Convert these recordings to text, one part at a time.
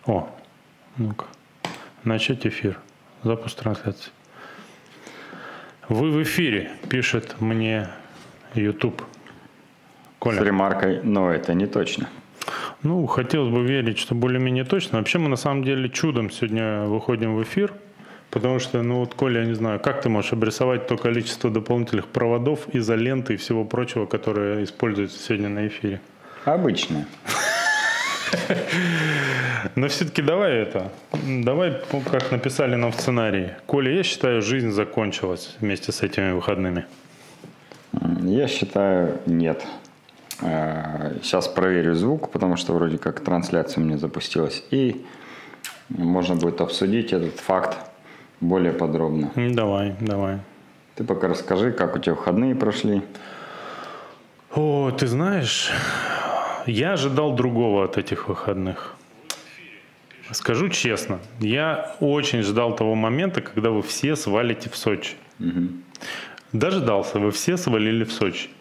О, ну-ка. Начать эфир. Запуск трансляции. Вы в эфире, пишет мне YouTube. Коля. С ремаркой, но это не точно. Ну, хотелось бы верить, что более-менее точно. Вообще мы на самом деле чудом сегодня выходим в эфир, потому что, ну вот, Коля, я не знаю, как ты можешь обрисовать то количество дополнительных проводов, изоленты и всего прочего, которое используется сегодня на эфире? Обычно. Но все-таки давай, как написали нам в сценарии. Коля, я считаю, жизнь закончилась вместе с этими выходными. Я считаю, нет. Сейчас проверю звук, потому что вроде как трансляция у меня запустилась. И можно будет обсудить этот факт более подробно. Давай. Ты пока расскажи, как у тебя выходные прошли. О, ты знаешь, я ожидал другого от этих выходных. Скажу честно, я очень ждал того момента, когда вы все свалите в Сочи. Угу. Дождался, вы все свалили в Сочи.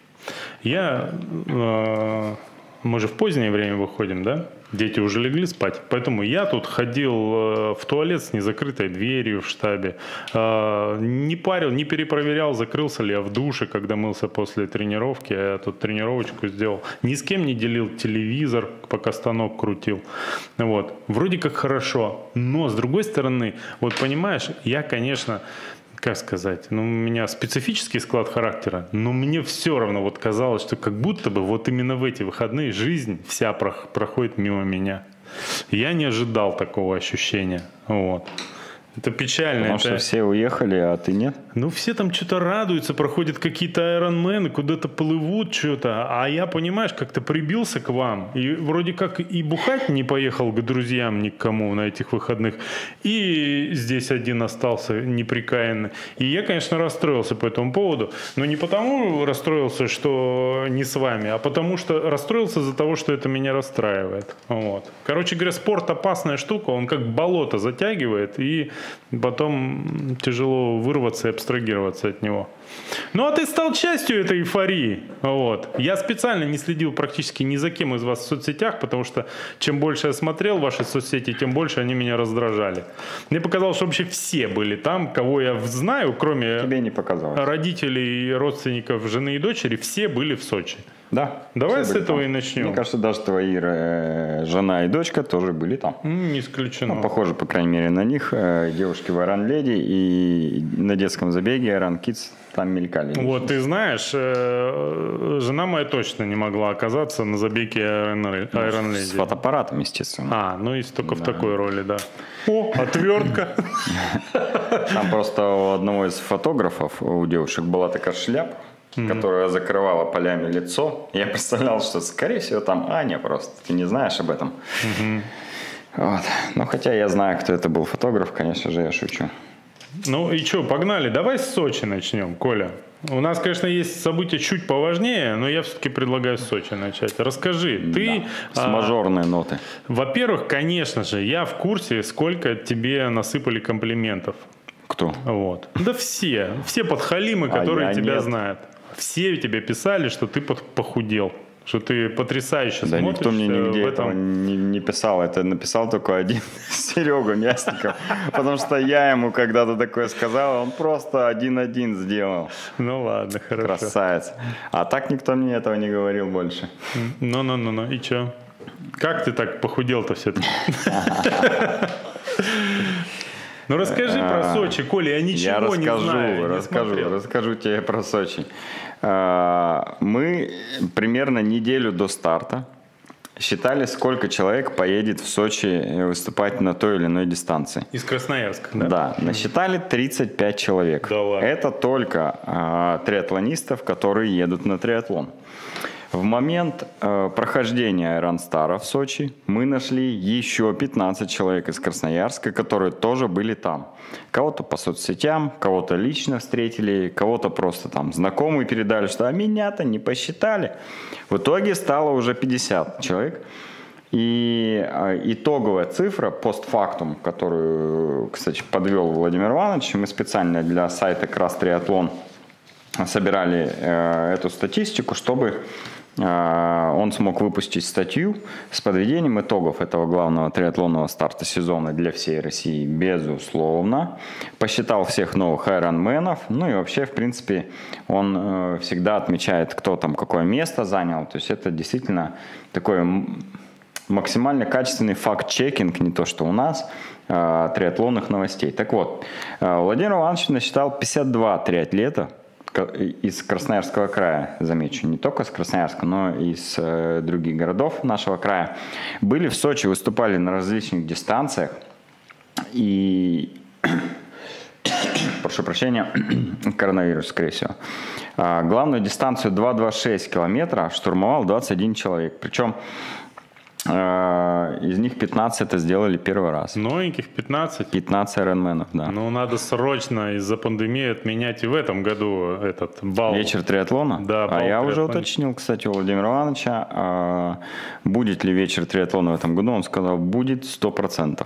Мы же в позднее время выходим, да? Дети уже легли спать. Поэтому я тут ходил в туалет с незакрытой дверью в штабе. Не парил, не перепроверял, закрылся ли я в душе, когда мылся после тренировки. Я тут тренировочку сделал. Ни с кем не делил телевизор, пока станок крутил. Вот. Вроде как хорошо. Но, с другой стороны, вот понимаешь, я, конечно... Как сказать, у меня специфический склад характера, но мне все равно вот казалось, что как будто бы вот именно в эти выходные жизнь вся проходит мимо меня. Я не ожидал такого ощущения. Вот. Это печально. Потому что все уехали, а ты нет? Ну, все там что-то радуются, проходят какие-то айронмены, куда-то плывут что-то. А я, понимаешь, как-то прибился к вам. И вроде как и бухать не поехал к друзьям никому на этих выходных. И здесь один остался неприкаянный. И я, конечно, расстроился по этому поводу. Но не потому расстроился, что не с вами, а потому что расстроился из-за того, что это меня расстраивает. Вот. Короче говоря, спорт опасная штука. Он как болото затягивает, и потом тяжело вырваться и абстрагироваться от него. Ну, а ты стал частью этой эйфории. Вот. Я специально не следил практически ни за кем из вас в соцсетях, потому что чем больше я смотрел ваши соцсети, тем больше они меня раздражали. Мне показалось, что вообще все были там, кого я знаю, кроме Тебе не показалось. Родителей и родственников жены и дочери, все были в Сочи. Да. Давай с этого там. и начнем. Мне кажется, даже твои жена и дочка тоже были там. Не исключено. Ну, похоже, по крайней мере, на них. Девушки в Iron Lady и на детском забеге Iron Kids там мелькали. Вот, ты знаешь, жена моя точно не могла оказаться на забеге Iron Lady. С фотоаппаратом, естественно. Ну и только в такой роли, да. О, отвертка. Там просто у одного из фотографов, у девушек была такая шляпа, которая закрывала полями лицо. Я представлял, что, скорее всего, там Аня просто. Ты не знаешь об этом. Вот. Но хотя я знаю, кто это был фотограф, конечно же, я шучу. Ну и что, погнали. Давай с Сочи начнем, Коля. У нас, конечно, есть события чуть поважнее, но я все-таки предлагаю с Сочи начать. Расскажи, ты... С мажорной ноты. Во-первых, конечно же, я в курсе, сколько тебе насыпали комплиментов. Кто? Вот. Да все подхалимы, которые тебя знают. Все тебе писали, что ты похудел, что ты потрясающе смотришь. Да никто мне нигде этого не писал. Это написал только один Серега Мясников. Потому что я ему когда-то такое сказал, он просто 1-1 сделал. Ну ладно, хорошо. Красавец. А так никто мне этого не говорил больше. Ну. И что? Как ты так похудел-то все-таки? Ну расскажи про Сочи, Коля, я ничего не знаю. Расскажу тебе про Сочи. Мы примерно неделю до старта считали, сколько человек поедет в Сочи выступать на той или иной дистанции. Из Красноярска, да? Да, насчитали 35 человек. Да ладно. Это только триатлонистов, которые едут на триатлон. В момент прохождения Ironstara в Сочи мы нашли еще 15 человек из Красноярска, которые тоже были там. Кого-то по соцсетям, кого-то лично встретили, кого-то просто там знакомые передали, что меня-то не посчитали. В итоге стало уже 50 человек. И итоговая цифра, постфактум, которую, кстати, подвел Владимир Иванович, мы специально для сайта Крас Триатлон собирали эту статистику, чтобы Он смог выпустить статью с подведением итогов этого главного триатлонного старта сезона для всей России, безусловно. Посчитал всех новых айронменов. Ну и вообще, в принципе, он всегда отмечает, кто там какое место занял. То есть это действительно такой максимально качественный факт-чекинг, не то что у нас, триатлонных новостей. Так вот, Владимир Иванович насчитал 52 триатлета из Красноярского края, замечу, не только из Красноярска, но и из других городов нашего края. Были в Сочи, выступали на различных дистанциях. И, прошу прощения, коронавирус, скорее всего. Главную дистанцию 2,26 километра штурмовал 21 человек. Причем из них 15 это сделали первый раз. Новеньких 15? 15 айронменов, да. Ну, надо срочно из-за пандемии отменять и в этом году этот бал. Вечер триатлона? Да, а я уже уточнил, кстати, у Владимира Ивановича, будет ли вечер триатлона в этом году. Он сказал, будет 100%.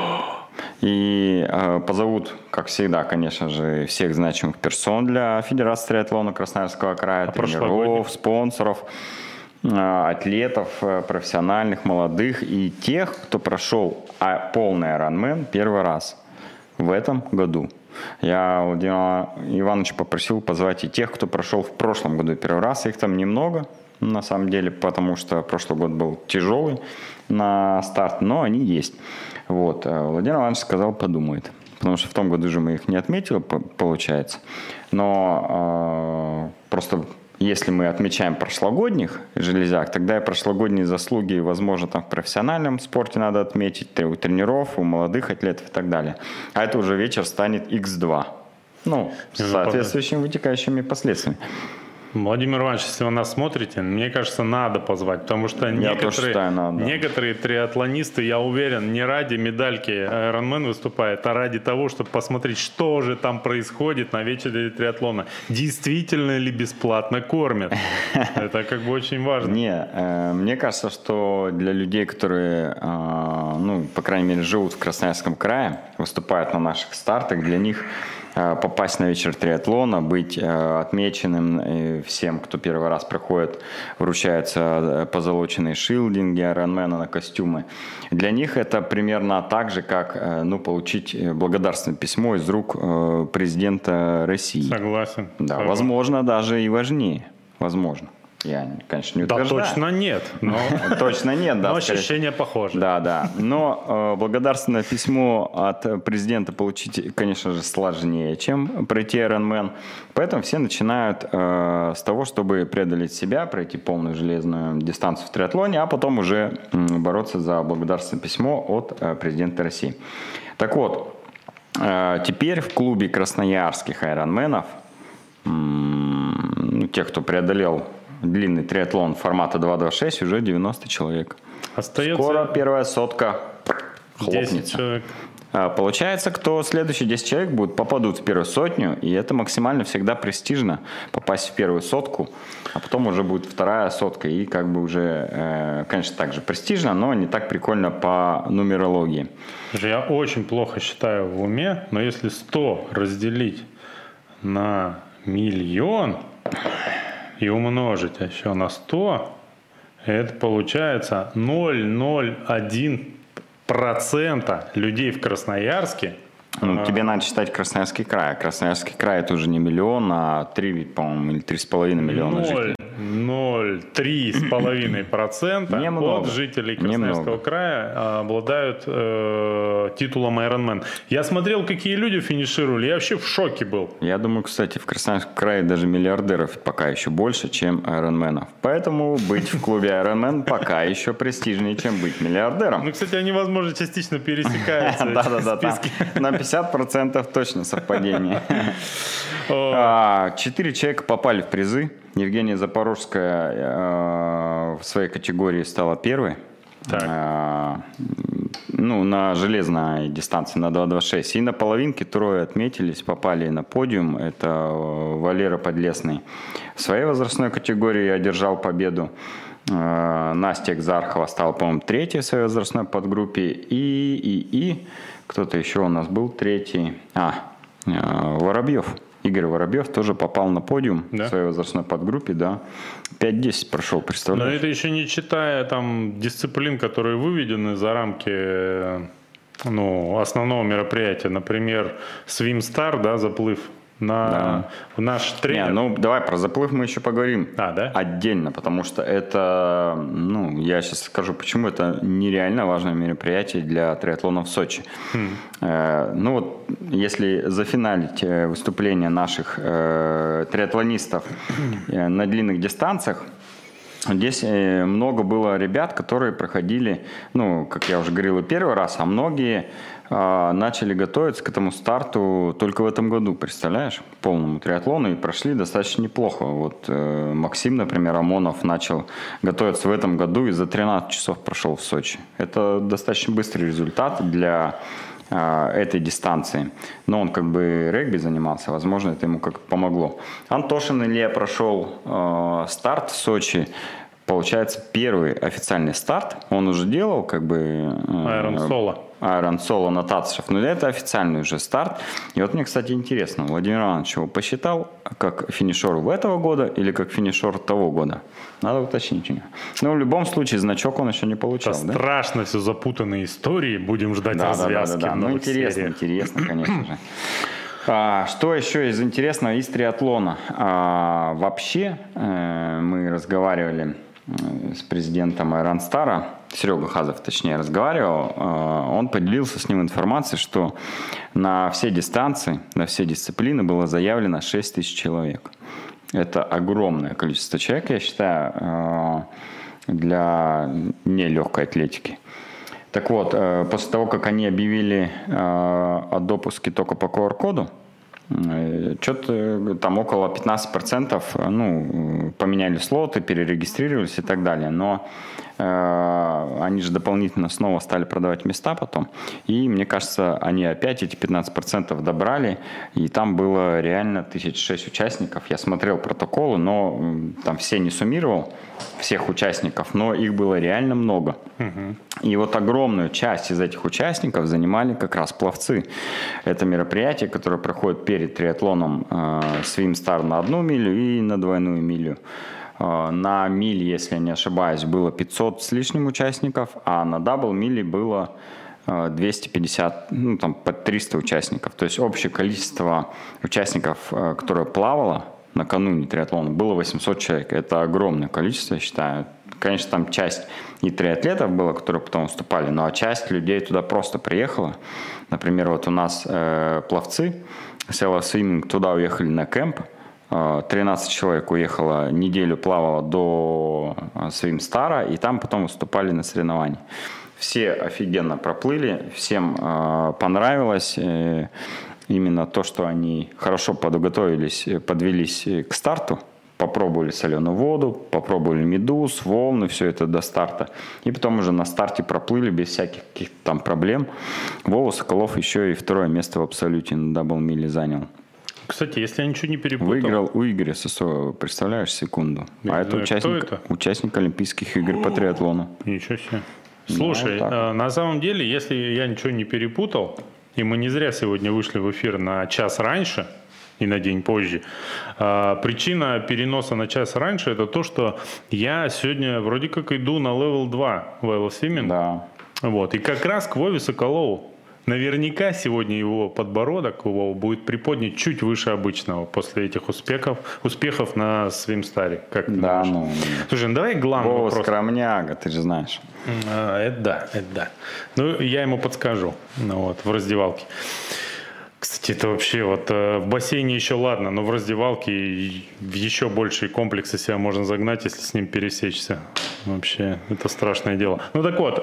И позовут, как всегда, конечно же, всех значимых персон для Федерации триатлона Красноярского края, тренеров, спонсоров, атлетов, профессиональных, молодых и тех, кто прошел полный Ironman первый раз в этом году. Я Владимира Ивановича попросил позвать и тех, кто прошел в прошлом году первый раз. Их там немного, на самом деле, потому что прошлый год был тяжелый на старт, но они есть. Вот. Владимир Иванович сказал, подумает. Потому что в том году же мы их не отметили, получается. Но просто... Если мы отмечаем прошлогодних железяк, тогда и прошлогодние заслуги, возможно, там в профессиональном спорте надо отметить, у тренеров, у молодых атлетов и так далее. А это уже вечер станет X2. Ну, с соответствующими вытекающими последствиями. Владимир Иванович, если вы нас смотрите, мне кажется, надо позвать, потому что некоторые триатлонисты, я уверен, не ради медальки Ironman выступают, а ради того, чтобы посмотреть, что же там происходит на вечере триатлона. Действительно ли бесплатно кормят? Это как бы очень важно. Мне кажется, что для людей, которые, ну, по крайней мере, живут в Красноярском крае, выступают на наших стартах, для них попасть на вечер триатлона, быть отмеченным всем, кто первый раз приходит, вручаются позолоченные шилдинги Ironman на костюмы. Для них это примерно так же, как получить благодарственное письмо из рук президента России. Согласен. Да, возможно, даже и важнее. Возможно. Я, конечно, не утверждаю. Да, точно нет. Точно нет, да. Но ощущение похоже. Да. Но благодарственное письмо от президента получить, конечно же, сложнее, чем пройти Ironman. Поэтому все начинают с того, чтобы преодолеть себя, пройти полную железную дистанцию в триатлоне, а потом уже бороться за благодарственное письмо от президента России. Так вот, теперь в клубе красноярских айронменов, тех, кто преодолел длинный триатлон формата 2.26, уже 90 человек. Остается... Скоро первая сотка хлопнется. 10 человек. Получается, кто следующие 10 человек попадут в первую сотню, и это максимально всегда престижно попасть в первую сотку, а потом уже будет вторая сотка, и как бы уже, конечно, так же престижно, но не так прикольно по нумерологии. Я очень плохо считаю в уме, но если 100 разделить на 1 000 000 и умножить еще на 100, это получается 0,01% людей в Красноярске. Тебе надо считать Красноярский край. Красноярский край это уже не миллион, а 3, по-моему, или 3,5 миллиона жителей. 0,3,5% от жителей Красноярского края обладают титулом Ironman. Я смотрел, какие люди финишировали, я вообще в шоке был. Я думаю, кстати, в Красноярском крае даже миллиардеров пока еще больше, чем айронменов. Поэтому быть в клубе Ironman пока еще престижнее, чем быть миллиардером. Ну, кстати, они, возможно, частично пересекаются. Да. На 50% точно совпадение. 4 человека попали в призы. Евгения Запорожская в своей категории стала первой. На железной дистанции, на 2.26. И на половинке трое отметились, попали на подиум. Это Валера Подлесный в своей возрастной категории одержал победу. Настя Экзархова стала, по-моему, третьей в своей возрастной подгруппе. И кто-то еще у нас был третий. Воробьев. Игорь Воробьев тоже попал на подиум Да? в своей возрастной подгруппе, да. 5-10 прошел, Но представляешь? это еще не читая там дисциплин, которые выведены за рамки основного мероприятия. Например, Swim Star, да, заплыв на наш тренер. Не, давай про заплыв мы еще поговорим Да? отдельно, потому что это, я сейчас скажу, почему это нереально важное мероприятие для триатлона в Сочи. Если зафиналить выступления наших триатлонистов на длинных дистанциях, здесь много было ребят, которые проходили, как я уже говорил, и первый раз, а многие начали готовиться к этому старту только в этом году, представляешь, полному триатлону, и прошли достаточно неплохо. Вот Максим, например, Амонов начал готовиться в этом году и за 13 часов прошел в Сочи. Это достаточно быстрый результат для этой дистанции. Но он как бы регби занимался, возможно, это ему как помогло. Антошин Илья прошел старт в Сочи. Получается, первый официальный старт. Он уже делал как бы Iron Solo на Татшев, но это официальный уже старт. И вот мне, кстати, интересно, Владимир Иванович его посчитал как финишер этого года или как финишер того года? Надо уточнить у него. Но в любом случае значок он еще не получал. Это страшно, все запутанные истории. Будем ждать развязки. Да. Интересно, конечно же. Что еще из интересного из триатлона? Вообще, мы разговаривали с президентом Айронстара, Серега Хазов, точнее, разговаривал, он поделился с ним информацией, что на все дистанции, на все дисциплины было заявлено 6 тысяч человек. Это огромное количество человек, я считаю, для нелегкой атлетики. Так вот, после того, как они объявили о допуске только по QR-коду, что-то там около 15% поменяли слоты, перерегистрировались и так далее. Но они же дополнительно снова стали продавать места потом. И мне кажется, они опять эти 15% добрали. И там было реально 1006 участников. Я смотрел протоколы, но там все не суммировал, всех участников, но их было реально много. И вот огромную часть из этих участников занимали как раз пловцы. Это мероприятие, которое проходит перед триатлоном Swim Star на 1 милю и на 2 милю. На миле, если я не ошибаюсь, было 500 с лишним участников, а на дабл миле было 250, под 300 участников. То есть общее количество участников, которое плавало накануне триатлона, было 800 человек. Это огромное количество, я считаю. Конечно, там часть и триатлетов было, которые потом выступали, но часть людей туда просто приехала. Например, вот у нас пловцы Sella Swimming туда уехали на кемп. 13 человек уехало, неделю плавало до Swim Star, и там потом выступали на соревнованиях. Все офигенно проплыли, всем понравилось именно то, что они хорошо подготовились, подвелись к старту, попробовали соленую воду, попробовали медуз, волны, все это до старта. И потом уже на старте проплыли без всяких каких-то там проблем. Вова Соколов еще и 2 место в абсолюте на дабл-миле занял. Кстати, если я ничего не перепутал... Выиграл у Игоря Сысоева, представляешь, секунду. Это участник Олимпийских игр по триатлону. Ничего себе. Слушай, на самом деле, если я ничего не перепутал, и мы не зря сегодня вышли в эфир на час раньше и на день позже, причина переноса на час раньше — это то, что я сегодня вроде как иду на Level 2 в Велосвиминг. Да. Вот, и как раз к Вове Соколову. Наверняка сегодня его подбородок будет приподнят чуть выше обычного после этих успехов на Свимстаре. Как ты думаешь? Слушай, давай главный вопрос. Вова скромняга, ты же знаешь. Это да. Я ему подскажу в раздевалке. Кстати, это вообще в бассейне еще ладно, но в раздевалке в еще большие комплексы себя можно загнать, если с ним пересечься. Вообще, это страшное дело. Так вот,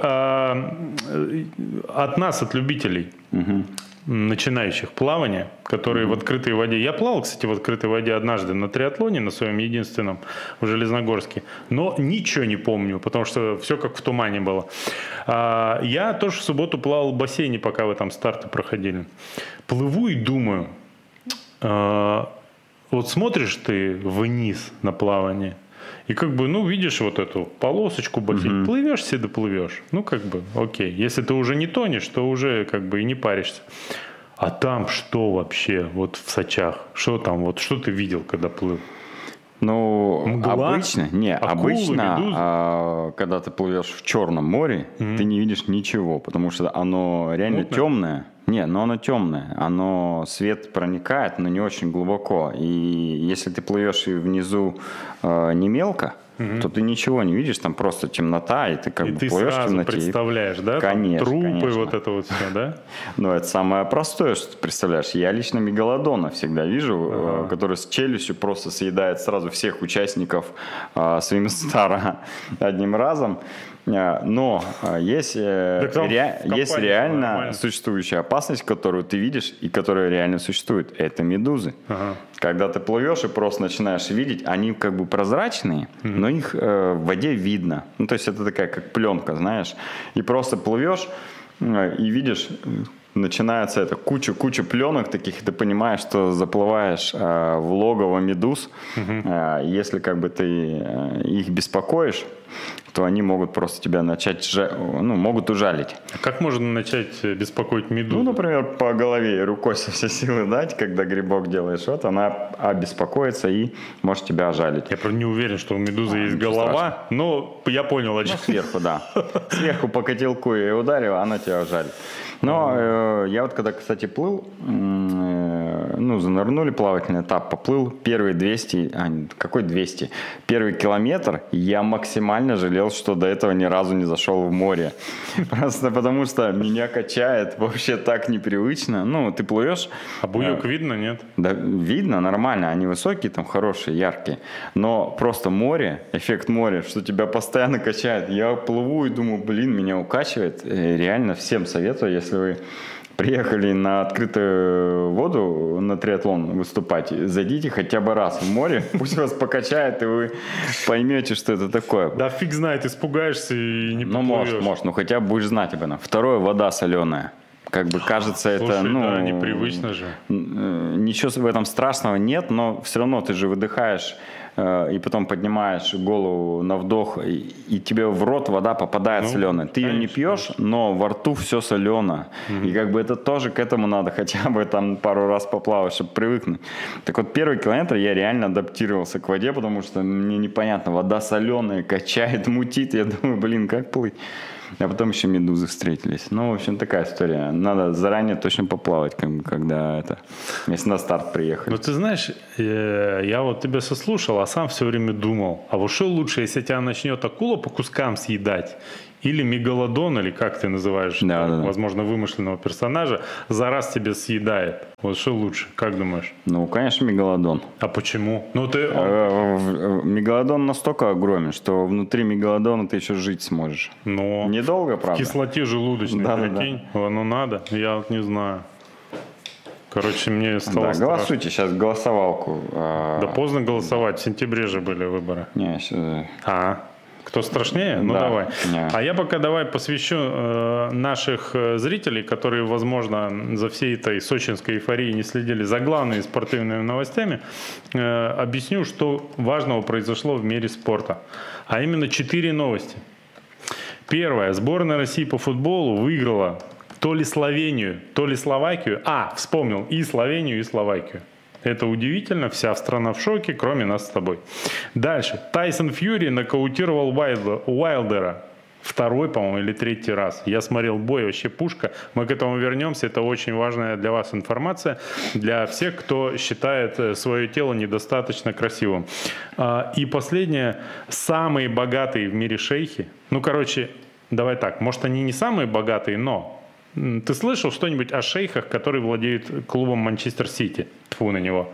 от нас, от любителей, начинающих плавания, которые в открытой воде. Я плавал, кстати, в открытой воде однажды на триатлоне, на своем единственном в Железногорске, но ничего не помню, потому что все как в тумане было. Я тоже в субботу плавал в бассейне, пока вы там старты проходили. Плыву и думаю, вот смотришь ты вниз на плавание, и видишь вот эту полосочку бассейна, плывешь себе, доплывешь. Окей. Если ты уже не тонешь, то уже и не паришься. А там что вообще, вот в Сочах? Что там, вот что ты видел, когда плыл? Ну, Мгла? обычно, Акулы, медузы? когда ты плывешь в Черном море, ты не видишь ничего, потому что оно реально Мутное? темное. Не, но оно темное, свет проникает, но не очень глубоко. И если ты плывешь и внизу не мелко, то ты ничего не видишь, там просто темнота, и ты как И бы ты плывешь в сразу темноте. представляешь, да? Там Конечно, трупы, конечно. вот это вот все, да? Ну, это самое простое, что ты представляешь. Я лично мегалодона всегда вижу, который с челюстью просто съедает сразу всех участников своим стара одним разом. Но есть реально нормально. существующая опасность, которую ты видишь и которая реально существует. Это медузы. Ага. Когда ты плывешь и просто начинаешь видеть, они как бы прозрачные, но их в воде видно. Ну, то есть это такая как пленка, знаешь. И просто плывешь и видишь, начинается это куча пленок таких, и ты понимаешь, что заплываешь в логово медуз. Если как бы ты их беспокоишь, то они могут просто тебя начать, могут ужалить. А как можно начать беспокоить медузу? Ну, например, по голове и рукой со всей силы дать, когда грибок делаешь, вот она обеспокоится и может тебя ожалить. Я правда не уверен, что у медузы есть голова, но я понял, о чем. Сверху, да. Сверху по котелку и ударил, она тебя ожалит. Но я вот когда, кстати, плыл, занырнули плавательный этап, поплыл первые 200, какой 200? Первый километр я максимально жалел, что до этого ни разу не зашел в море. Просто потому что меня качает вообще так непривычно. Ну, ты плывешь. А буёк видно, нет? Да, видно, нормально, они высокие, там хорошие, яркие. Но просто море, эффект моря, что тебя постоянно качает. Я плыву и думаю, меня укачивает. Реально всем советую, если вы приехали на открытую воду на триатлон выступать, зайдите хотя бы раз в море, пусть вас покачает, и вы поймете, что это такое. Да фиг знает, испугаешься и не поплывешь. Может, хотя бы будешь знать об этом. Второе, вода соленая. Как бы кажется, Слушай, это, да, непривычно же. Ничего в этом страшного нет, но все равно ты же выдыхаешь и потом поднимаешь голову на вдох, и тебе в рот вода попадает соленая. Ты ее не пьешь, но во рту все солено. И как бы это тоже к этому надо хотя бы там пару раз поплавать, чтобы привыкнуть. Так вот, первый километр я реально адаптировался к воде, потому что мне непонятно, вода соленая, качает, мутит. Я думаю, как плыть? А потом еще медузы встретились. В общем, такая история. Надо заранее точно поплавать, если на старт приехали. Ну, ты знаешь, я вот тебя сослушал, а сам все время думал, а вот что лучше, если тебя начнет акула по кускам съедать, или мегалодон, или как ты называешь, возможно, вымышленного персонажа, за раз тебя съедает. Вот что лучше, как думаешь? Ну, конечно, мегалодон. А почему? Мегалодон настолько огромен, что внутри мегалодона ты еще жить сможешь. Но недолго, правда. В кислоте желудочной, прикинь, оно надо, я вот не знаю. Короче, мне стало страшно. Голосуйте сейчас голосовалку. Да поздно голосовать, в сентябре же были выборы. Кто страшнее? Ну, давай. А я пока давай посвящу наших зрителей, которые, возможно, за всей этой сочинской эйфорией не следили за главными спортивными новостями, объясню, что важного произошло в мире спорта. А именно 4 новости. Первая. Сборная России по футболу выиграла то ли Словению, то ли Словакию. Вспомнил. И Словению, и Словакию. Это удивительно, вся страна в шоке, кроме нас с тобой. Дальше. Тайсон Фьюри нокаутировал Уайлдера. Второй, по-моему, или третий раз. Я смотрел бой, вообще пушка. Мы к этому вернемся. Это очень важная для вас информация. Для всех, кто считает свое тело недостаточно красивым. И последнее. Самые богатые в мире шейхи. Давай так. Может, они не самые богатые, но... Ты слышал что-нибудь о шейхах, которые владеют клубом Манчестер Сити? Тьфу на него.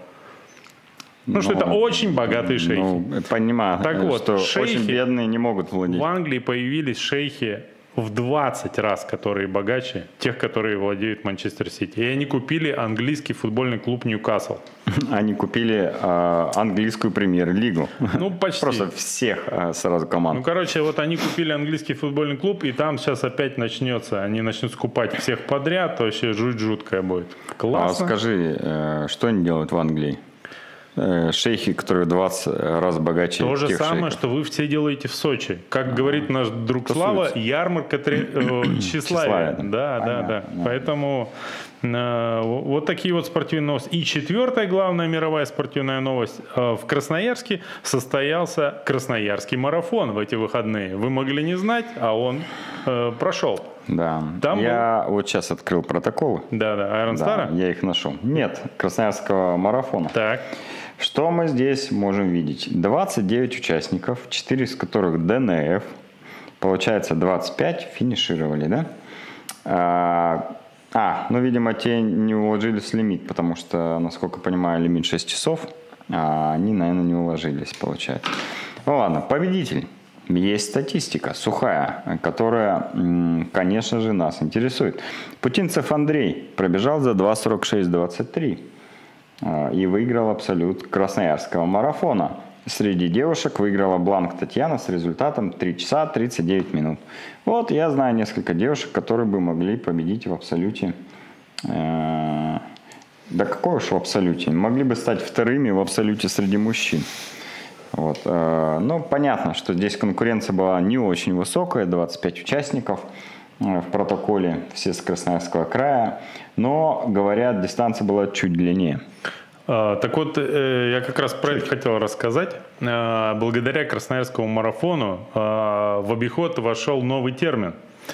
Что это очень богатые шейхи. Понимаю, так вот, что шейхи, очень бедные не могут владеть. В Англии появились шейхи в 20 раз, которые богаче тех, которые владеют Манчестер Сити. И они купили английский футбольный клуб Ньюкасл. Они купили английскую премьер-лигу. Почти. Просто всех сразу команд. Вот они купили английский футбольный клуб, и там сейчас опять начнется. Они начнут скупать всех подряд, вообще жуть жуткая будет. Классно. Скажи, что они делают в Англии? Шейхи, которые в 20 раз богаче То же тех самое, шейхов. что вы все делаете в Сочи. Как говорит наш друг Слава, ярмарка тщеславия. Да. Поэтому Вот такие вот спортивные новости. И четвертая главная мировая спортивная новость. В Красноярске состоялся Красноярский марафон в эти выходные. Вы могли не знать, а он прошел. Да, Там я вот сейчас открыл протоколы. Да, Iron Star? Да, я их нашел. Нет, Красноярского марафона. Так. Что мы здесь можем видеть? 29 участников, 4 из которых ДНФ. Получается 25 финишировали, да? Ну, видимо, те не уложились в лимит, потому что, насколько понимаю, лимит 6 часов, а они, наверное, не уложились, получается. Ну ладно, победитель. Есть статистика сухая, которая, конечно же, нас интересует. Путинцев Андрей пробежал за 2:46:23 и выиграл абсолют Красноярского марафона. Среди девушек выиграла Бланк Татьяна с результатом 3 часа 39 минут. Вот я знаю несколько девушек, которые бы могли победить в абсолюте. Да какой уж в абсолюте? Могли бы стать вторыми в абсолюте среди мужчин. Вот. Ну, понятно, что здесь конкуренция была не очень высокая, 25 участников в протоколе, все с Красноярского края, но, говорят, дистанция была чуть длиннее. Так вот, я как раз про это хотел рассказать. Благодаря Красноярскому марафону в обиход вошел новый термин.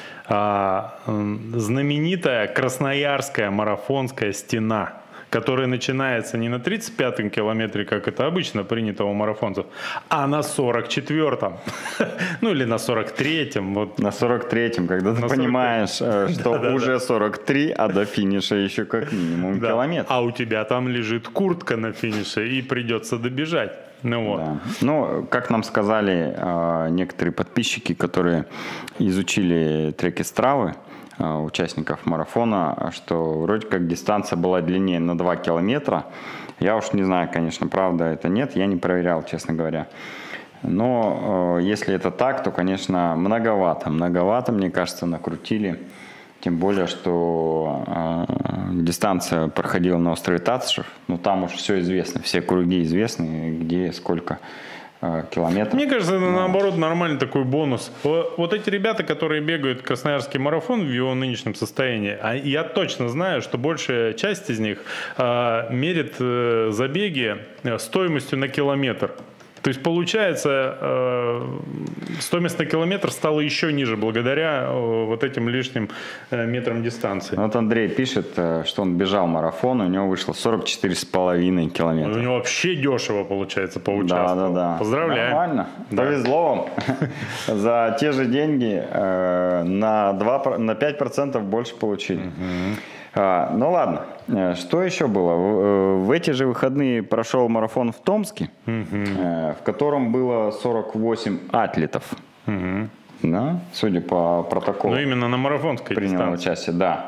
Знаменитая Красноярская марафонская стена, которая начинается не на 35-м километре, как это обычно принято у марафонцев, а на 44-м. Ну или на 43-м. Вот. На 43-м, когда ты понимаешь, что уже 43, а до финиша еще как минимум километр. А у тебя там лежит куртка на финише, и придется добежать. Ну, вот. Да. Ну, как нам сказали некоторые подписчики, которые изучили треки Стравы, участников марафона, что вроде как дистанция была длиннее на 2 километра. Я уж не знаю, конечно, правда это нет, я не проверял, честно говоря. Но если это так, то, конечно, многовато. Многовато, мне кажется, накрутили. Тем более, что дистанция проходила на острове Татышев. Ну, там уж все известно, все круги известны, где, сколько километров. Мне кажется, это наоборот нормальный такой бонус. Вот эти ребята, которые бегают Красноярский марафон в его нынешнем состоянии, я точно знаю, что большая часть из них мерит забеги стоимостью на километр. То есть, получается, стоимость на километр стала еще ниже благодаря вот этим лишним метрам дистанции. Вот Андрей пишет, что он бежал марафон, у него вышло 44,5 километра. У него вообще дешево, получается, поучаствовал. Да. Поздравляю. Нормально. Да. Повезло вам. За те же деньги на 5% больше получили. Ну ладно, что еще было? В эти же выходные прошел марафон в Томске, в котором было 48 атлетов. Да, судя по протоколу. Ну именно на марафонской приняло участие, да.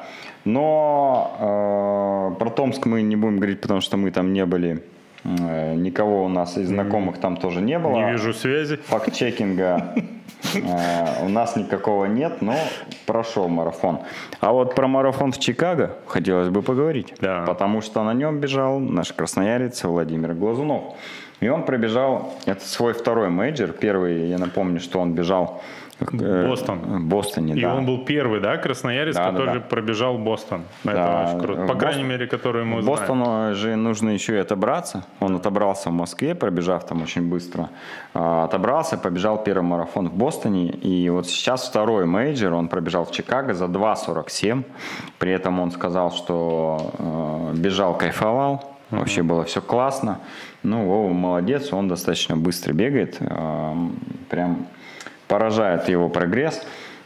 Но про Томск мы не будем говорить, потому что мы там не были. Никого у нас из знакомых там тоже не было. Не вижу связи. Факт-чекинга у нас никакого нет, но прошел марафон. А вот про марафон в Чикаго хотелось бы поговорить. Да. Потому что на нем бежал наш красноярец Владимир Глазунов. И он пробежал, это свой второй мейджор. Первый, я напомню, что он бежал в Бостоне, и да. он был первый, да, красноярец, который пробежал Бостон. Это очень круто. По крайней мере, который мы знаем. Бостону же нужно еще и отобраться. Он отобрался в Москве, пробежав там очень быстро. Отобрался, побежал первый марафон в Бостоне. И вот сейчас второй мейджор он пробежал в Чикаго за 2:47. При этом он сказал, что бежал, кайфовал. Вообще было все классно. Ну, Вова молодец, он достаточно быстро бегает. Прям поражает его прогресс.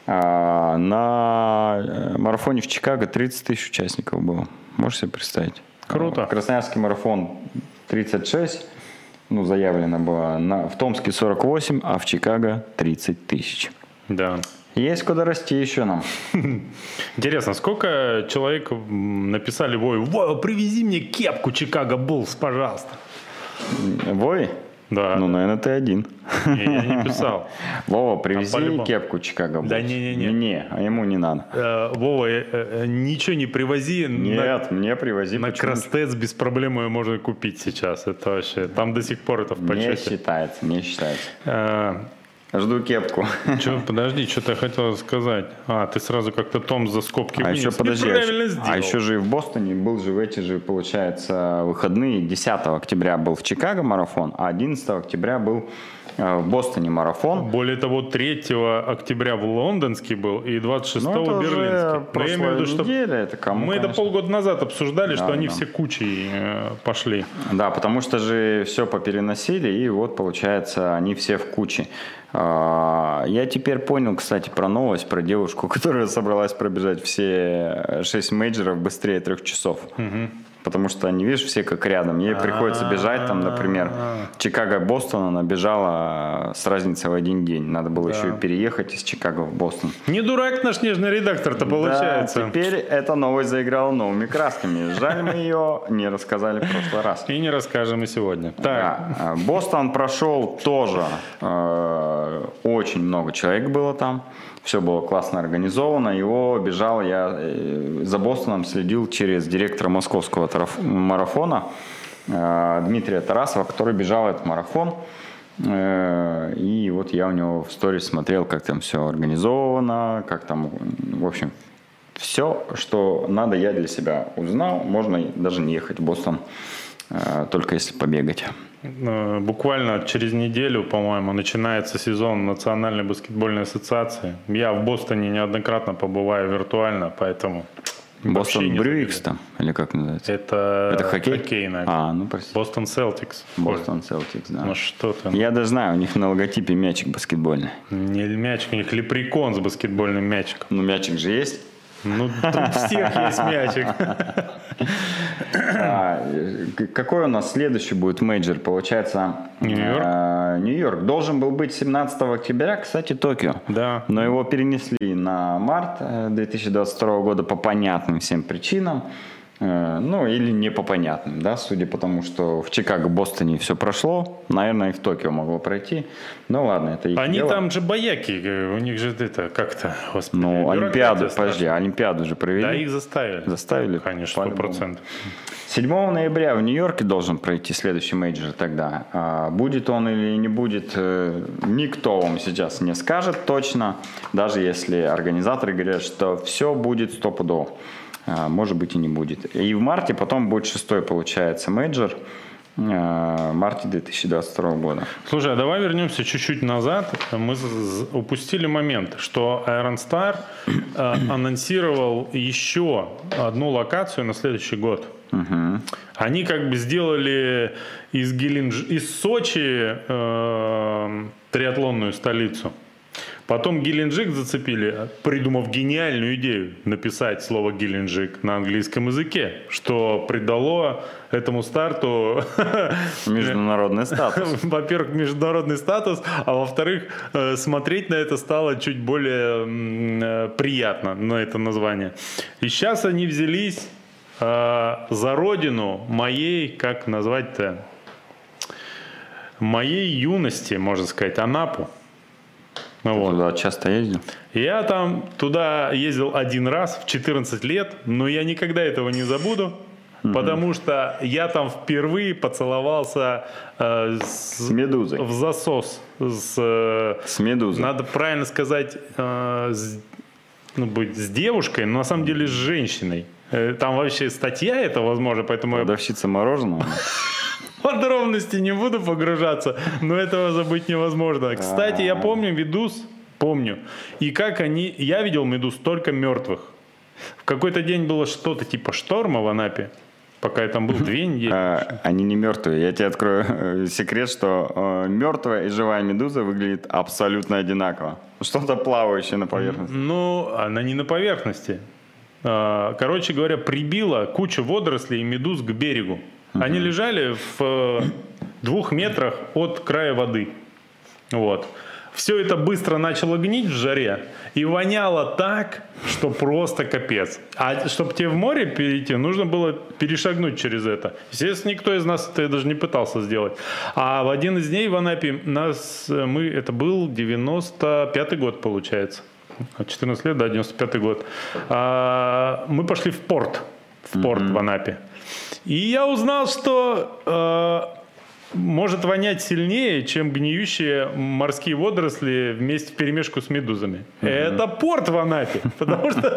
На марафоне в Чикаго 30 тысяч участников было. Можешь себе представить? Круто. Красноярский марафон 36, ну, заявлено было. В Томске 48, а в Чикаго 30 тысяч. Да. Есть куда расти еще нам. Интересно, сколько человек написали Вове: «Вова, привези мне кепку Чикаго Буллс, пожалуйста». Вове? Да. Ну, наверное, ты один. Я не писал. Вова, привези кепку Чикаго Буллс. Да не. Не, а ему не надо. Вова, ничего не привози. Нет, мне привози. На Крастец без проблем ее можно купить сейчас. Это вообще, там до сих пор это в почете. Не считается. Жду кепку. Подожди, что-то я хотел сказать. Ты сразу как-то Том за скобки вынес. Еще подожди, сделал. еще же и в Бостоне был же в эти же, получается, выходные. 10 октября был в Чикаго марафон, а 11 октября был в Бостоне марафон. Более того, 3 октября в лондонский был и 26-го берлинский. Прошлая неделя, это кому, мы конечно. Это полгода назад обсуждали, что они все кучей пошли. Да, потому что же все попереносили, и вот, получается, они все в куче. Я теперь понял, кстати, про новость, про девушку, которая собралась пробежать все 6 мейджоров быстрее 3 часов. Потому что они, видишь, все как рядом. Ей приходится бежать, там, например, Чикаго-Бостон, она бежала с разницей в один день. Надо было еще и переехать из Чикаго в Бостон. Не дурак наш нежный редактор-то получается. Да, теперь эта новость заиграла новыми красками. Жаль, мы ее не рассказали в прошлый раз. И не расскажем и сегодня. Да. Бостон прошел тоже. Очень много человек было там. Все было классно организовано. Его бежал, я за Бостоном следил через директора московского марафона Дмитрия Тарасова, который бежал этот марафон. И вот я у него в сторис смотрел, как там все организовано, как там, в общем, все, что надо, я для себя узнал. Можно даже не ехать в Бостон, только если побегать. Буквально через неделю, по-моему, начинается сезон Национальной баскетбольной ассоциации. Я в Бостоне неоднократно побываю виртуально, поэтому... Бостон Брюикс там, или как называется? Это хоккей? Хоккей, наверное. Ну, прости. Бостон Селтикс. Бостон Селтикс, да. Ну что ты? Я даже знаю, у них на логотипе мячик баскетбольный. Не мячик, у них лепрекон с баскетбольным мячиком. Ну, мячик же есть. Ну, тут у всех есть мячик. Какой у нас следующий будет мейджор? Получается, Нью-Йорк. Нью-Йорк должен был быть 17 октября, кстати, Токио. Да. Но его перенесли на март 2022 года по понятным всем причинам. Ну, или не по понятным, да, судя по тому, что в Чикаго, Бостоне все прошло, наверное, и в Токио могло пройти. Ну, ладно, это их Они дело. Там же бояки, у них же это как-то, господи. Ну, Олимпиаду, подожди, Олимпиаду же провели. Да, их заставили. Заставили? Конечно, 100%. 7 ноября в Нью-Йорке должен пройти следующий мейджор тогда. Будет он или не будет, никто вам сейчас не скажет точно, даже если организаторы говорят, что все будет стопудово. Может быть и не будет. И в марте потом будет 6-й, получается, мейджор в марте 2022 года. Слушай, а давай вернемся чуть-чуть назад. Мы упустили момент, что Iron Star анонсировал еще одну локацию на следующий год. Угу. Они как бы сделали из Сочи триатлонную столицу. Потом Геленджик зацепили, придумав гениальную идею написать слово «Геленджик» на английском языке, что придало этому старту... Международный статус. Во-первых, международный статус, а во-вторых, смотреть на это стало чуть более приятно, на это название. И сейчас они взялись за родину моей, как назвать-то, моей юности, можно сказать, Анапу. Вот. Туда часто ездил? Я там туда ездил один раз в 14 лет, но я никогда этого не забуду, потому что я там впервые поцеловался с медузой. В засос. С медузой. Надо правильно сказать, с девушкой, но на самом деле с женщиной. Там вообще статья это, возможно, поэтому... Продавщица мороженого? Подробности не буду погружаться, но этого забыть невозможно. Кстати, я помню медуз, и как я видел медуз только мертвых. В какой-то день было что-то типа шторма в Анапе, пока я там был 2 недели. Они не мертвые. Я тебе открою секрет, что мертвая и живая медуза выглядит абсолютно одинаково. Что-то плавающее на поверхности. Ну, она не на поверхности. Короче говоря, прибила кучу водорослей и медуз к берегу. Они лежали в 2 метрах от края воды. Вот. Все это быстро начало гнить в жаре и воняло так, что просто капец. А чтобы тебе в море перейти, нужно было перешагнуть через это. Естественно, никто из нас это даже не пытался сделать. А в один из дней в Анапе это был 95-й год, получается. 14 лет, да, 95-й год. Мы пошли в порт в Анапе. И я узнал, что может вонять сильнее, чем гниющие морские водоросли вместе вперемешку с медузами. Это порт в Анапе, потому что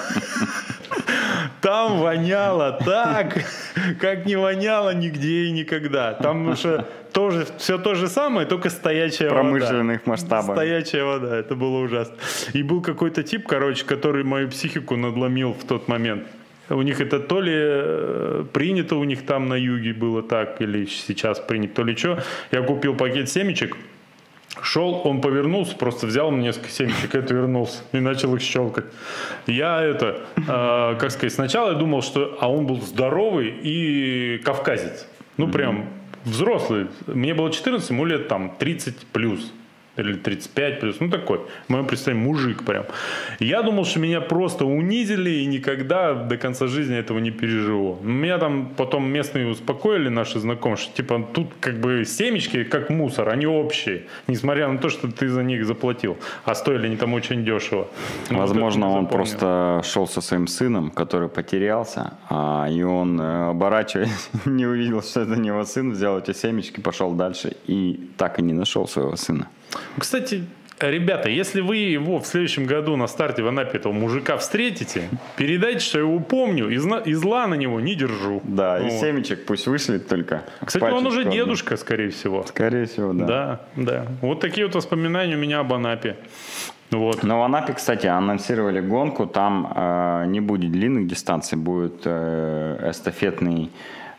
там воняло так, как не воняло нигде и никогда. Там уже тоже, все то же самое, только стоячая вода. В промышленных масштабах. Стоячая вода, это было ужасно. И был какой-то тип, короче, который мою психику надломил в тот момент. У них это то ли принято у них там на юге было так, или сейчас принято, то ли что. Я купил пакет семечек, шел, он повернулся, просто взял мне несколько семечек и отвернулся. И начал их щелкать. Я как сказать, сначала я думал, что... А он был здоровый и кавказец. Ну, прям взрослый. Мне было 14, ему лет там 30 плюс. Или 35 плюс, ну такой, в моем представлении, мужик прям. Я думал, что меня просто унизили и никогда до конца жизни этого не переживу. Меня там потом местные успокоили, наши знакомые, что типа тут как бы семечки как мусор, они общие, несмотря на то, что ты за них заплатил, а стоили они там очень дешево. Возможно, он просто шел со своим сыном, который потерялся, и он, оборачиваясь, не увидел, что это не его сын, взял эти семечки, пошел дальше и так и не нашел своего сына. Кстати, ребята, если вы его в следующем году на старте в Анапе этого мужика встретите, передайте, что я его помню, и зла на него не держу. Да, и семечек пусть вышлет только. Кстати, он уже дедушка, скорее всего. Скорее всего, да. Да, да. Вот такие вот воспоминания у меня об Анапе. Вот. Но в Анапе, кстати, анонсировали гонку, там не будет длинных дистанций, будет эстафета,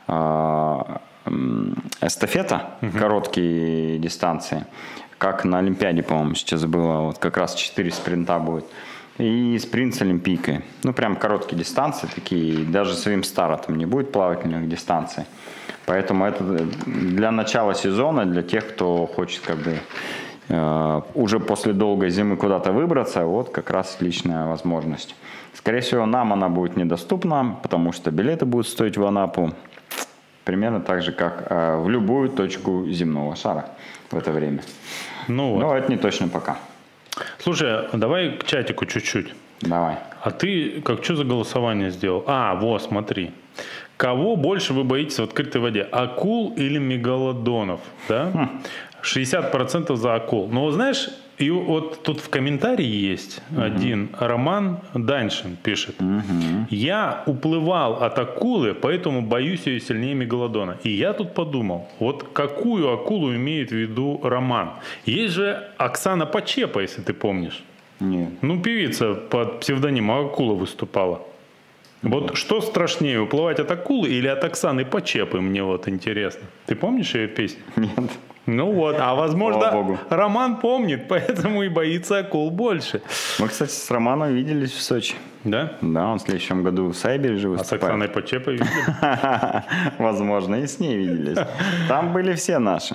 короткие дистанции. Как на Олимпиаде, по-моему, сейчас было, вот как раз 4 спринта будет. И спринт с Олимпийкой. Ну, прям короткие дистанции такие, даже своим стартом не будет плавательных дистанций. Поэтому это для начала сезона, для тех, кто хочет как бы уже после долгой зимы куда-то выбраться, вот как раз отличная возможность. Скорее всего, нам она будет недоступна, потому что билеты будут стоить в Анапу примерно так же, как в любую точку земного шара в это время. Ну, вот. Но это не точно пока. Слушай, давай к чатику чуть-чуть. Давай. А ты что за голосование сделал? Вот, смотри. Кого больше вы боитесь в открытой воде? Акул или мегалодонов? Да? 60% за акул. Но знаешь, и вот тут в комментарии есть один Роман Даньшин пишет. Я уплывал от акулы, поэтому боюсь ее сильнее мегалодона. И я тут подумал, вот какую акулу имеет в виду Роман? Есть же Оксана Почепа, если ты помнишь. Нет. Ну, певица под псевдонимом Акула выступала. Вот что страшнее, уплывать от акулы или от Оксаны Почепы, мне вот интересно. Ты помнишь ее песню? Нет. Ну вот, а возможно, Роман помнит, поэтому и боится акул больше. Мы, кстати, с Романом виделись в Сочи. Да? Да, он в следующем году в Сайбере же выступает. А с Оксаной Почепой видели? Возможно, и с ней виделись. Там были все наши.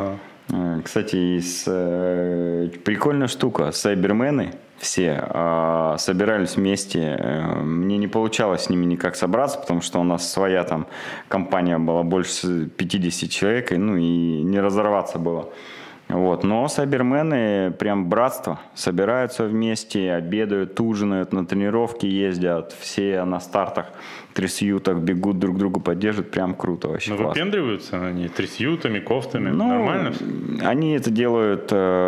Кстати, прикольная штука. Сайбермены все собирались вместе. Мне не получалось с ними никак собраться, потому что у нас своя там компания была больше 50 человек, и не разорваться было. Вот. Но сайбермены прям братство, собираются вместе, обедают, ужинают, на тренировки ездят, все на стартах трясютах бегут, друг друга поддерживают, прям круто вообще. Но выпендриваются они трясютами, кофтами, нормально? Они это делают,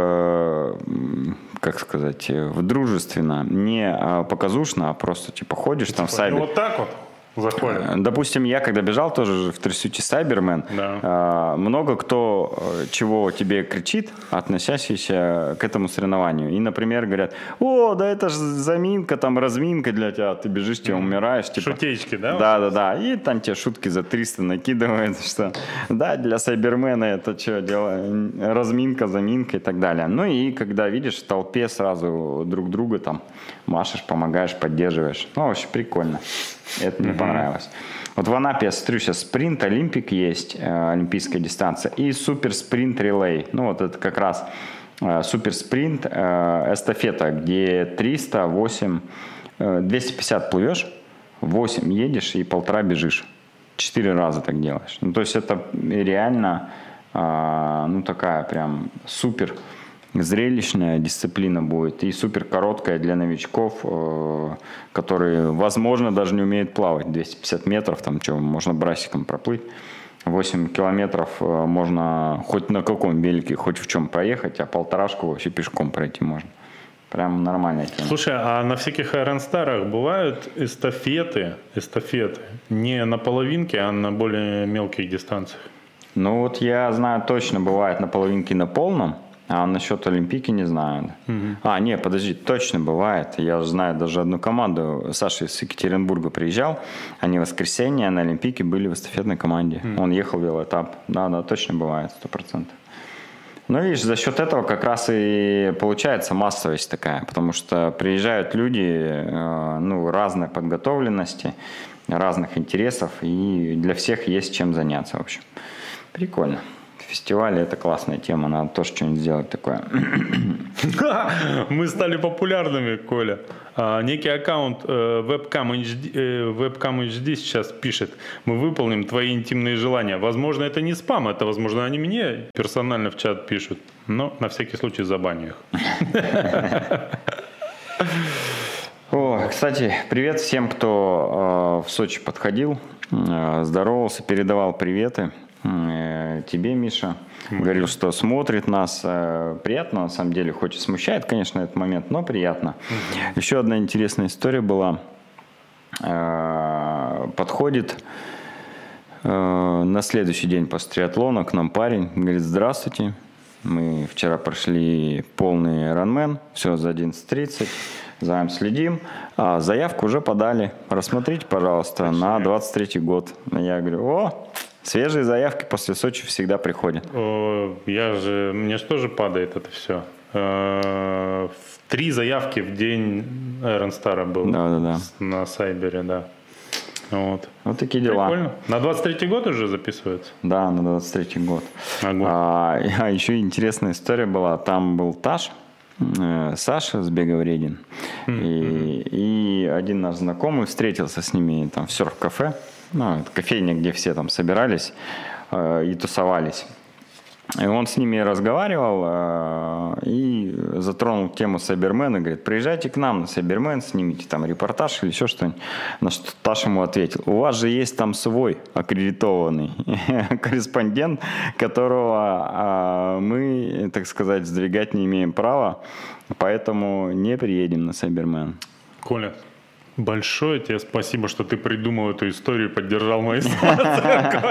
как сказать, дружественно, не показушно, а просто типа ходишь там в сайбер. Вот так вот? Заходим. Допустим, я когда бежал тоже в трясучий Сайбермен, много кто чего тебе кричит, относящийся к этому соревнованию. И, например, говорят, да это же заминка, там разминка для тебя, ты бежишь, тебе умираешь. Типа. Шутечки, да? Да. И там тебе шутки за 300 накидывают, что да, для Сайбермена это что, дело, разминка, заминка и так далее. Ну и когда видишь в толпе сразу друг друга там машешь, помогаешь, поддерживаешь. Вообще прикольно. Это мне понравилось. Вот в Анапе, я смотрю, сейчас спринт, Олимпик есть, олимпийская дистанция, и суперспринт релей. Ну, вот это как раз суперспринт, эстафета, где 300, 8, 250 плывешь, 8 едешь и 1,5 бежишь. 4 раза так делаешь. Ну, то есть это реально, такая прям супер зрелищная дисциплина будет и супер короткая для новичков, которые, возможно, даже не умеют плавать. 250 метров, там что, можно брасиком проплыть. 8 километров можно хоть на каком велике, хоть в чем проехать, а полторашку вообще пешком пройти можно. Прям нормальная тема. Слушай, а на всяких Айронстарах бывают эстафеты не на половинке, а на более мелких дистанциях? Ну вот я знаю, точно бывает на половинке, на полном, а насчет Олимпийки не знаю. Не, подожди, точно бывает. Я знаю даже одну команду, Саша из Екатеринбурга приезжал, они в воскресенье на Олимпийке были в эстафетной команде. Он ехал в велоэтап. Да, точно бывает, 100%. Ну, видишь, за счет этого как раз и получается массовость такая, потому что приезжают люди разной подготовленности, разных интересов, и для всех есть чем заняться, в общем. Прикольно. Фестивали — это классная тема, надо тоже что-нибудь сделать такое. Мы стали популярными, Коля. Некий аккаунт Webcam HD сейчас пишет: мы выполним твои интимные желания. Возможно, это не спам, это, возможно, они мне персонально в чат пишут. Но на всякий случай забаню их. Кстати, привет всем, кто в Сочи подходил, здоровался, передавал приветы. Тебе, Миша, говорил, что смотрит нас. Приятно, на самом деле, хоть и смущает, конечно, этот момент, но приятно. Еще одна интересная история была. Подходит на следующий день после триатлона к нам парень, говорит: здравствуйте, мы вчера прошли полный Ironman, все за 11:30, за вами следим, заявку уже подали, рассмотрите, пожалуйста, на 23-й год. Я говорю: свежие заявки после Сочи всегда приходят. Мне же тоже падает это все. 3 заявки в день Айронстара было на Сайбере, да. Вот такие дела. Прикольно. На 23-й год уже записывается? Да, на 23-й год. Еще интересная история была. Там был Таш, Саша с Бега Вредин. И один наш знакомый встретился с ними там в серф-кафе. Это кофейня, где все там собирались и тусовались. И он с ними разговаривал и затронул тему Сайбермена. Говорит: приезжайте к нам на Сайбермен, снимите там репортаж или еще что-нибудь. На что Таш ему ответил: у вас же есть там свой аккредитованный корреспондент, которого мы, так сказать, сдвигать не имеем права, поэтому не приедем на Сайбермен. Коля, большое тебе спасибо, что ты придумал эту историю и поддержал мою самооценку.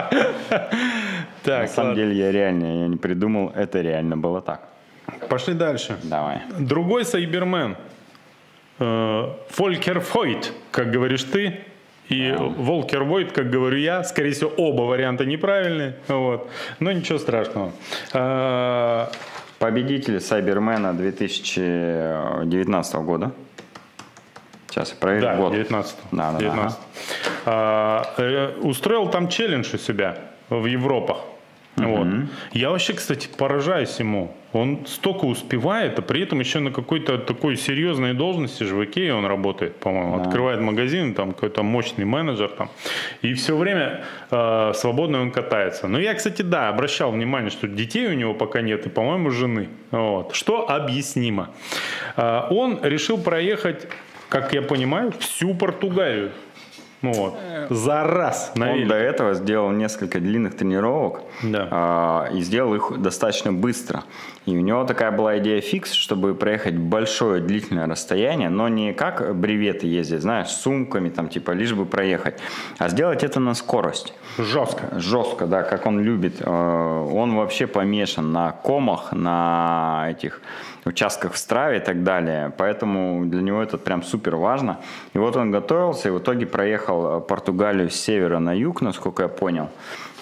На самом деле я не придумал, это реально было так. Пошли дальше. Давай. Другой Сайбермен. Фолькер Фойт, как говоришь ты, и Волкер Войт, как говорю я. Скорее всего, оба варианта неправильные. Но ничего страшного. Победитель Сайбермена 2019 года. Сейчас я проверю. Да, 19. Устроил там челлендж у себя в Европах. Я вообще, кстати, поражаюсь ему. Он столько успевает, а при этом еще на какой-то такой серьезной должности же в Икее он работает, по-моему. Открывает магазин, там какой-то мощный менеджер там. И все время свободно он катается. Но я, кстати, обращал внимание, что детей у него пока нет, и, по-моему, жены. Что объяснимо. Он решил проехать, как я понимаю, всю Португалию. За раз. Он до этого сделал несколько длинных тренировок и сделал их достаточно быстро. И у него такая была идея фикс, чтобы проехать большое длительное расстояние, но не как бреветы ездят, знаешь, с сумками, там, типа, лишь бы проехать, а сделать это на скорость. Жестко, да, как он любит. Он вообще помешан на комах, на этих участках в Страве и так далее. Поэтому для него это прям супер важно. И вот он готовился и в итоге проехал Португалию с севера на юг, насколько я понял.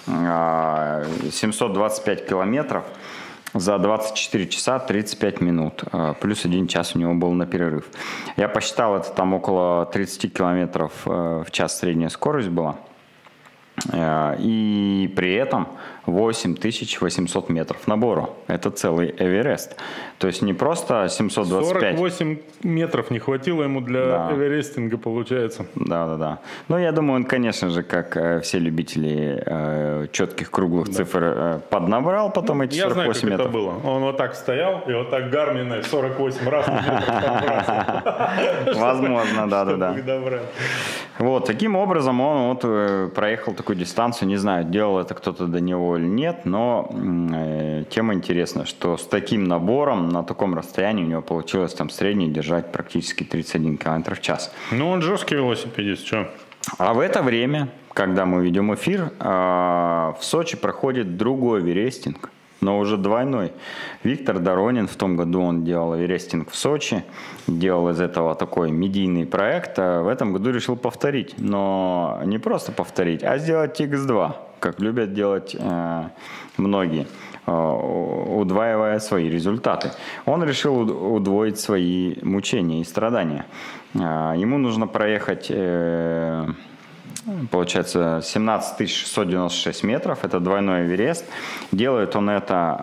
725 километров за 24 часа 35 минут. Плюс 1 час у него был на перерыв. Я посчитал, это там около 30 километров в час средняя скорость была. И при этом 8800 метров набору. Это целый Эверест. То есть не просто 725. 48 метров не хватило ему для эверестинга, получается. Да. Ну, я думаю, он, конечно же, как все любители четких круглых цифр, поднабрал потом эти 48 метров. Я знаю, как это было. Он вот так стоял, и вот так Гармина 48 раз Возможно, да. Вот, таким образом он проехал такой такую дистанцию. Не знаю, делал это кто-то до него или нет, но тема интересная, что с таким набором на таком расстоянии у него получилось там средний держать практически 31 км в час. Ну, он жесткий велосипедист, что? А в это время, когда мы ведем эфир, в Сочи проходит другой эверестинг, но уже двойной. Виктор Доронин, в том году он делал эверестинг в Сочи, делал из этого такой медийный проект, а в этом году решил повторить. Но не просто повторить, а сделать X2, как любят делать многие, удваивая свои результаты. Он решил удвоить свои мучения и страдания. Ему нужно проехать, получается, 17 696 метров. Это двойной Эверест. Делает он это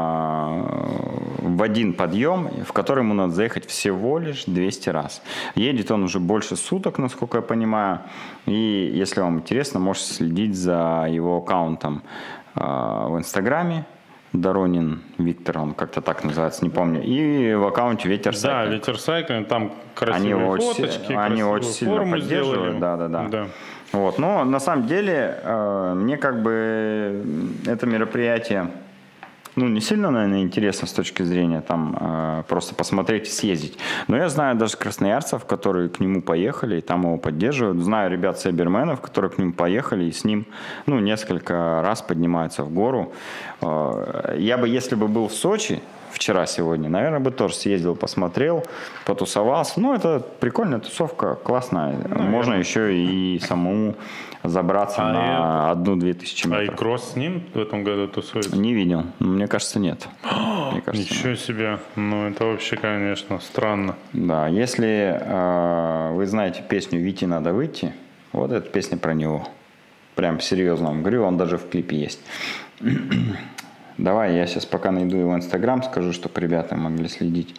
в один подъем, в который ему надо заехать всего лишь 200 раз. Едет он уже больше суток, насколько я понимаю. И если вам интересно, можете следить за его аккаунтом в Инстаграме. Доронин Виктор, он как-то так называется, не помню. И в аккаунте Ветер Сайклинг. Да, Ветер Сайклинг, там красивые фоточки, они очень сильно поддерживают. Да. Вот. Но на самом деле мне как бы это мероприятие не сильно, наверное, интересно с точки зрения там просто посмотреть и съездить. Но я знаю даже красноярцев, которые к нему поехали и там его поддерживают. Знаю ребят сайберменов, которые к нему поехали и с ним несколько раз поднимаются в гору. Я бы, если бы был в Сочи вчера-сегодня, наверное, бы тоже съездил, посмотрел, потусовался. Это прикольная тусовка, классная. Можно еще и самому забраться на 1-2 тысячи метров. А и кросс с ним в этом году тусуется? Не видел. Мне кажется, нет. Ничего себе. Это вообще, конечно, странно. Да, если вы знаете песню «Вите надо выйти», вот эта песня про него. Прям серьезно вам говорю, он даже в клипе есть. Давай, я сейчас пока найду его Инстаграм, скажу, чтобы ребята могли следить.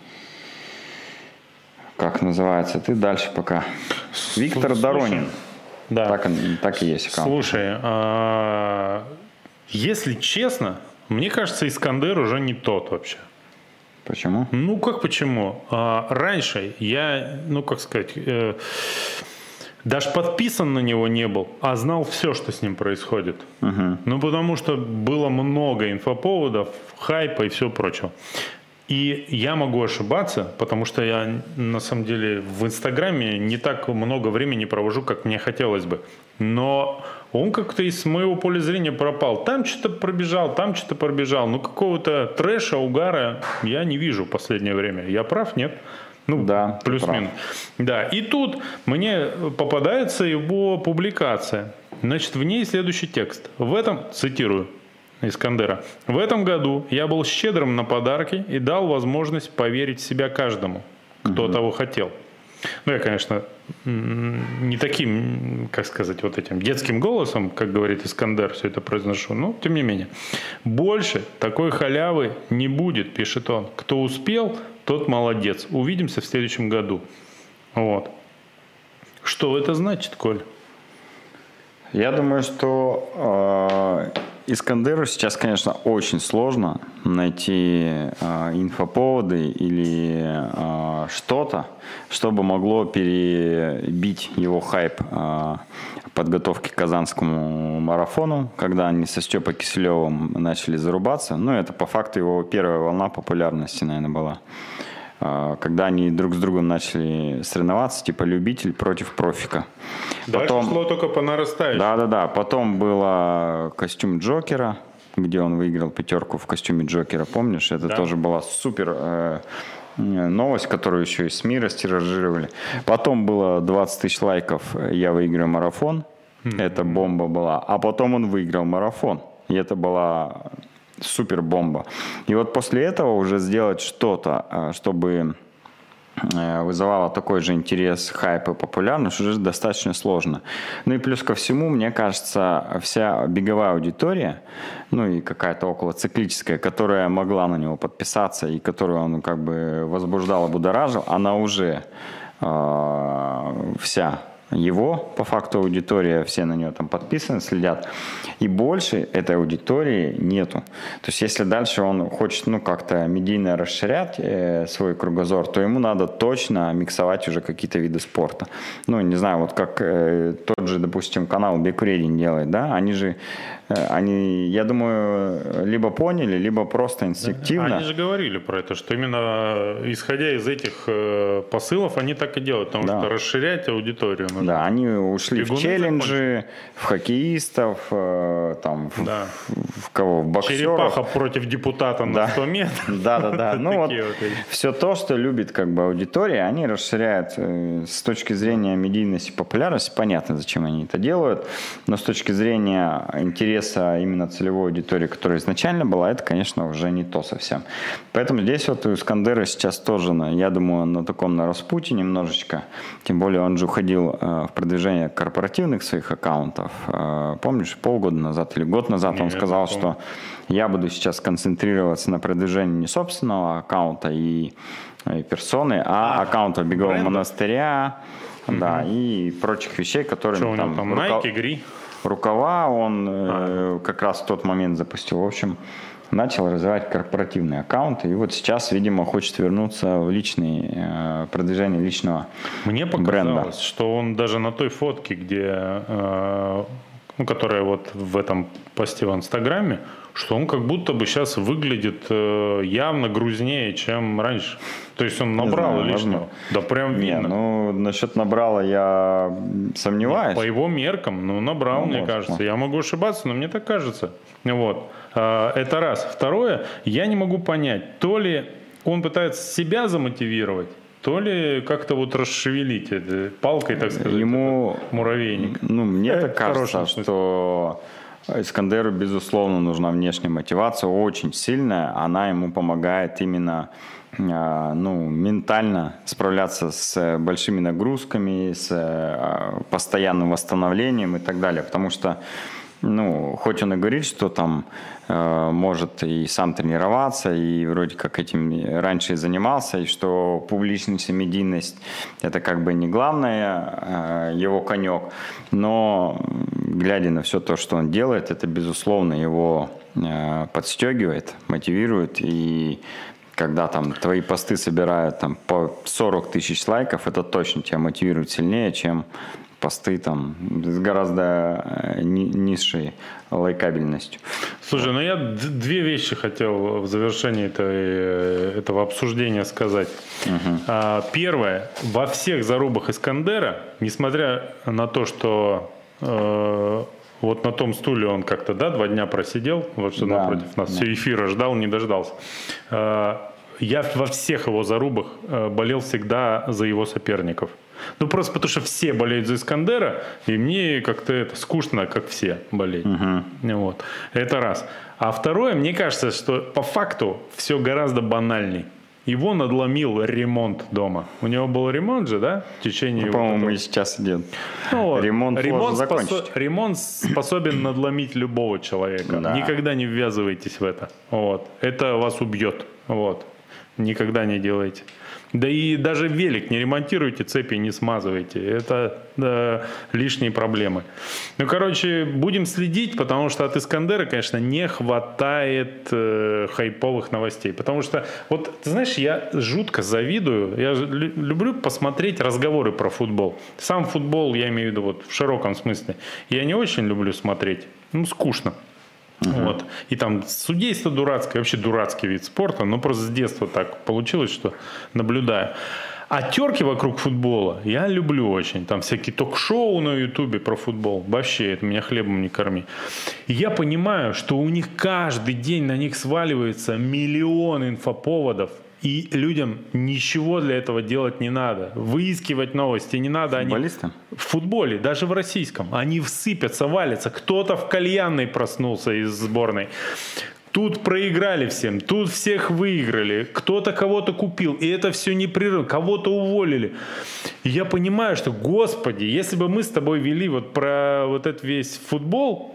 Как называется? Ты дальше пока. Виктор Доронин. Да. Так и есть аккаунт. Слушай, если честно, мне кажется, Искандер уже не тот вообще. Почему? Как почему? Раньше я, даже подписан на него не был, а знал все, что с ним происходит. Потому что было много инфоповодов, хайпа и всего прочего. И я могу ошибаться, потому что я, на самом деле, в Инстаграме не так много времени провожу, как мне хотелось бы. Но он как-то из моего поля зрения пропал. Там что-то пробежал, там что-то пробежал. Какого-то трэша, угара я не вижу в последнее время. Я прав, нет? Да, плюс-минус. Да, и тут мне попадается его публикация. Значит, в ней следующий текст. В этом, цитирую Искандера, в этом году я был щедрым на подарки и дал возможность поверить в себя каждому, кто того хотел. Я, конечно, не таким, как сказать, этим детским голосом, как говорит Искандер, все это произношу, но тем не менее. Больше такой халявы не будет, пишет он. Кто успел, тот молодец. Увидимся в следующем году. Вот. Что это значит, Коль? Я думаю, что Искандеру сейчас, конечно, очень сложно найти инфоповоды или что-то, чтобы могло перебить его хайп подготовки к Казанскому марафону, когда они со Степой Киселевым начали зарубаться. Это по факту его первая волна популярности, наверное, была. Когда они друг с другом начали соревноваться, типа любитель против профика. Дальше шло только по нарастающей. Да. Потом был костюм Джокера, где он выиграл 5 в костюме Джокера, помнишь? Это тоже была супер новость, которую еще и СМИ растиражировали. Потом было 20 тысяч лайков, я выиграю марафон. Это бомба была. А потом он выиграл марафон. И это была супер бомба. И вот после этого уже сделать что-то, чтобы вызывало такой же интерес, хайп и популярность, уже достаточно сложно. И плюс ко всему, мне кажется, вся беговая аудитория, и какая-то околоциклическая, которая могла на него подписаться и которую он как бы возбуждал и будоражил, она уже вся его, по факту, аудитория, все на нее там подписаны, следят. И больше этой аудитории нету. То есть, если дальше он хочет, ну, как-то медийно расширять свой кругозор, то ему надо точно миксовать уже какие-то виды спорта. Ну, не знаю, вот как тот же, допустим, канал Бекуредин делает, да, они же, я думаю, либо поняли, либо просто инстинктивно. Они же говорили про это, что именно исходя из этих посылов, они так и делают, потому что расширять аудиторию нужно. Да, они ушли в челленджи, в хоккеистов, там, в кого, в боксеров. Черепаха против депутата на 100 метров. Да. Ну вот все то, что любит как бы аудитория, они расширяют с точки зрения медийности, популярности. Понятно, зачем они это делают, но с точки зрения интереса именно целевой аудитории, которая изначально была, это, конечно, уже не то совсем. Поэтому здесь вот у Искандера сейчас тоже, я думаю, на таком на распутье немножечко. Тем более он же уходил в продвижение корпоративных своих аккаунтов. Помнишь, полгода назад или год назад он сказал, что я буду сейчас концентрироваться на продвижении не собственного аккаунта и персоны, а аккаунта Бегового монастыря, да, и прочих вещей, которые что там Nike, Гри? Рукава он как раз в тот момент запустил. В общем, начал развивать корпоративные аккаунты. И вот сейчас, видимо, хочет вернуться в личный, продвижение личного Мне показалось, бренда. что он даже на той фотке, где, ну, которая вот в этом посте в Инстаграме, что он как будто бы сейчас выглядит явно грузнее, чем раньше. То есть он набрал лишнего. Да прям видно. Ну, насчет набрала я сомневаюсь. По его меркам, ну, набрал, мне кажется. Я могу ошибаться, но мне так кажется. Вот. Это раз. Второе, я не могу понять, то ли он пытается себя замотивировать, то ли как-то вот расшевелить палкой, так сказать, ему муравейник. Ну, мне так кажется, что Искандеру, безусловно, нужна внешняя мотивация, очень сильная. Она ему помогает именно ментально справляться с большими нагрузками, с постоянным восстановлением и так далее. Потому что, ну, хоть он и говорит, что там может и сам тренироваться, и вроде как этим раньше и занимался, и что публичность и медийность – это как бы не главное его конек, но глядя на все то, что он делает, это, безусловно, его подстегивает, мотивирует, и когда там твои посты собирают там по 40 тысяч лайков, это точно тебя мотивирует сильнее, чем посты там с гораздо низшей лайкабельностью. Слушай, ну я две вещи хотел в завершении этого обсуждения сказать. Первое. Во всех зарубах Искандера, несмотря на то, что вот на том стуле он как-то, 2 дня просидел, вот что напротив нас, все эфира ждал, не дождался. Я во всех его зарубах болел всегда за его соперников. Ну, просто потому что все болеют за Искандера, и мне как-то это скучно, как все болеть. Вот. Это раз. А второе, мне кажется, что по факту все гораздо банальней. Его надломил ремонт дома. У него был ремонт же, да? В течение... Ну, по-моему, и сейчас идет. Ну, вот. Ремонт закончить. Ремонт способен надломить любого человека. Да. Никогда не ввязывайтесь в это. Вот. Это вас убьет. Вот. Никогда не делайте. Да и даже велик не ремонтируйте, цепи не смазывайте. Это лишние проблемы. Ну, короче, будем следить, потому что от Искандера, конечно, не хватает хайповых новостей. Потому что, вот, ты знаешь, я жутко завидую. Я люблю посмотреть разговоры про футбол. Сам футбол, я имею в виду вот в широком смысле, я не очень люблю смотреть. Ну, скучно. Вот. И там судейство дурацкое, вообще дурацкий вид спорта, но просто с детства так получилось, что наблюдаю. А терки вокруг футбола я люблю очень. Там всякие ток-шоу на ютубе про футбол. Вообще, это меня хлебом не корми. И я понимаю, что у них каждый день на них сваливается миллион инфоповодов. И людям ничего для этого делать не надо. Выискивать новости не надо. Футболистам? В футболе, даже в российском. Они всыпятся, валятся. Кто-то в кальянной проснулся из сборной. Тут проиграли всем, тут всех выиграли, кто-то кого-то купил, и это все непрерывно, кого-то уволили. И я понимаю, что, господи, если бы мы с тобой вели вот про вот этот весь футбол,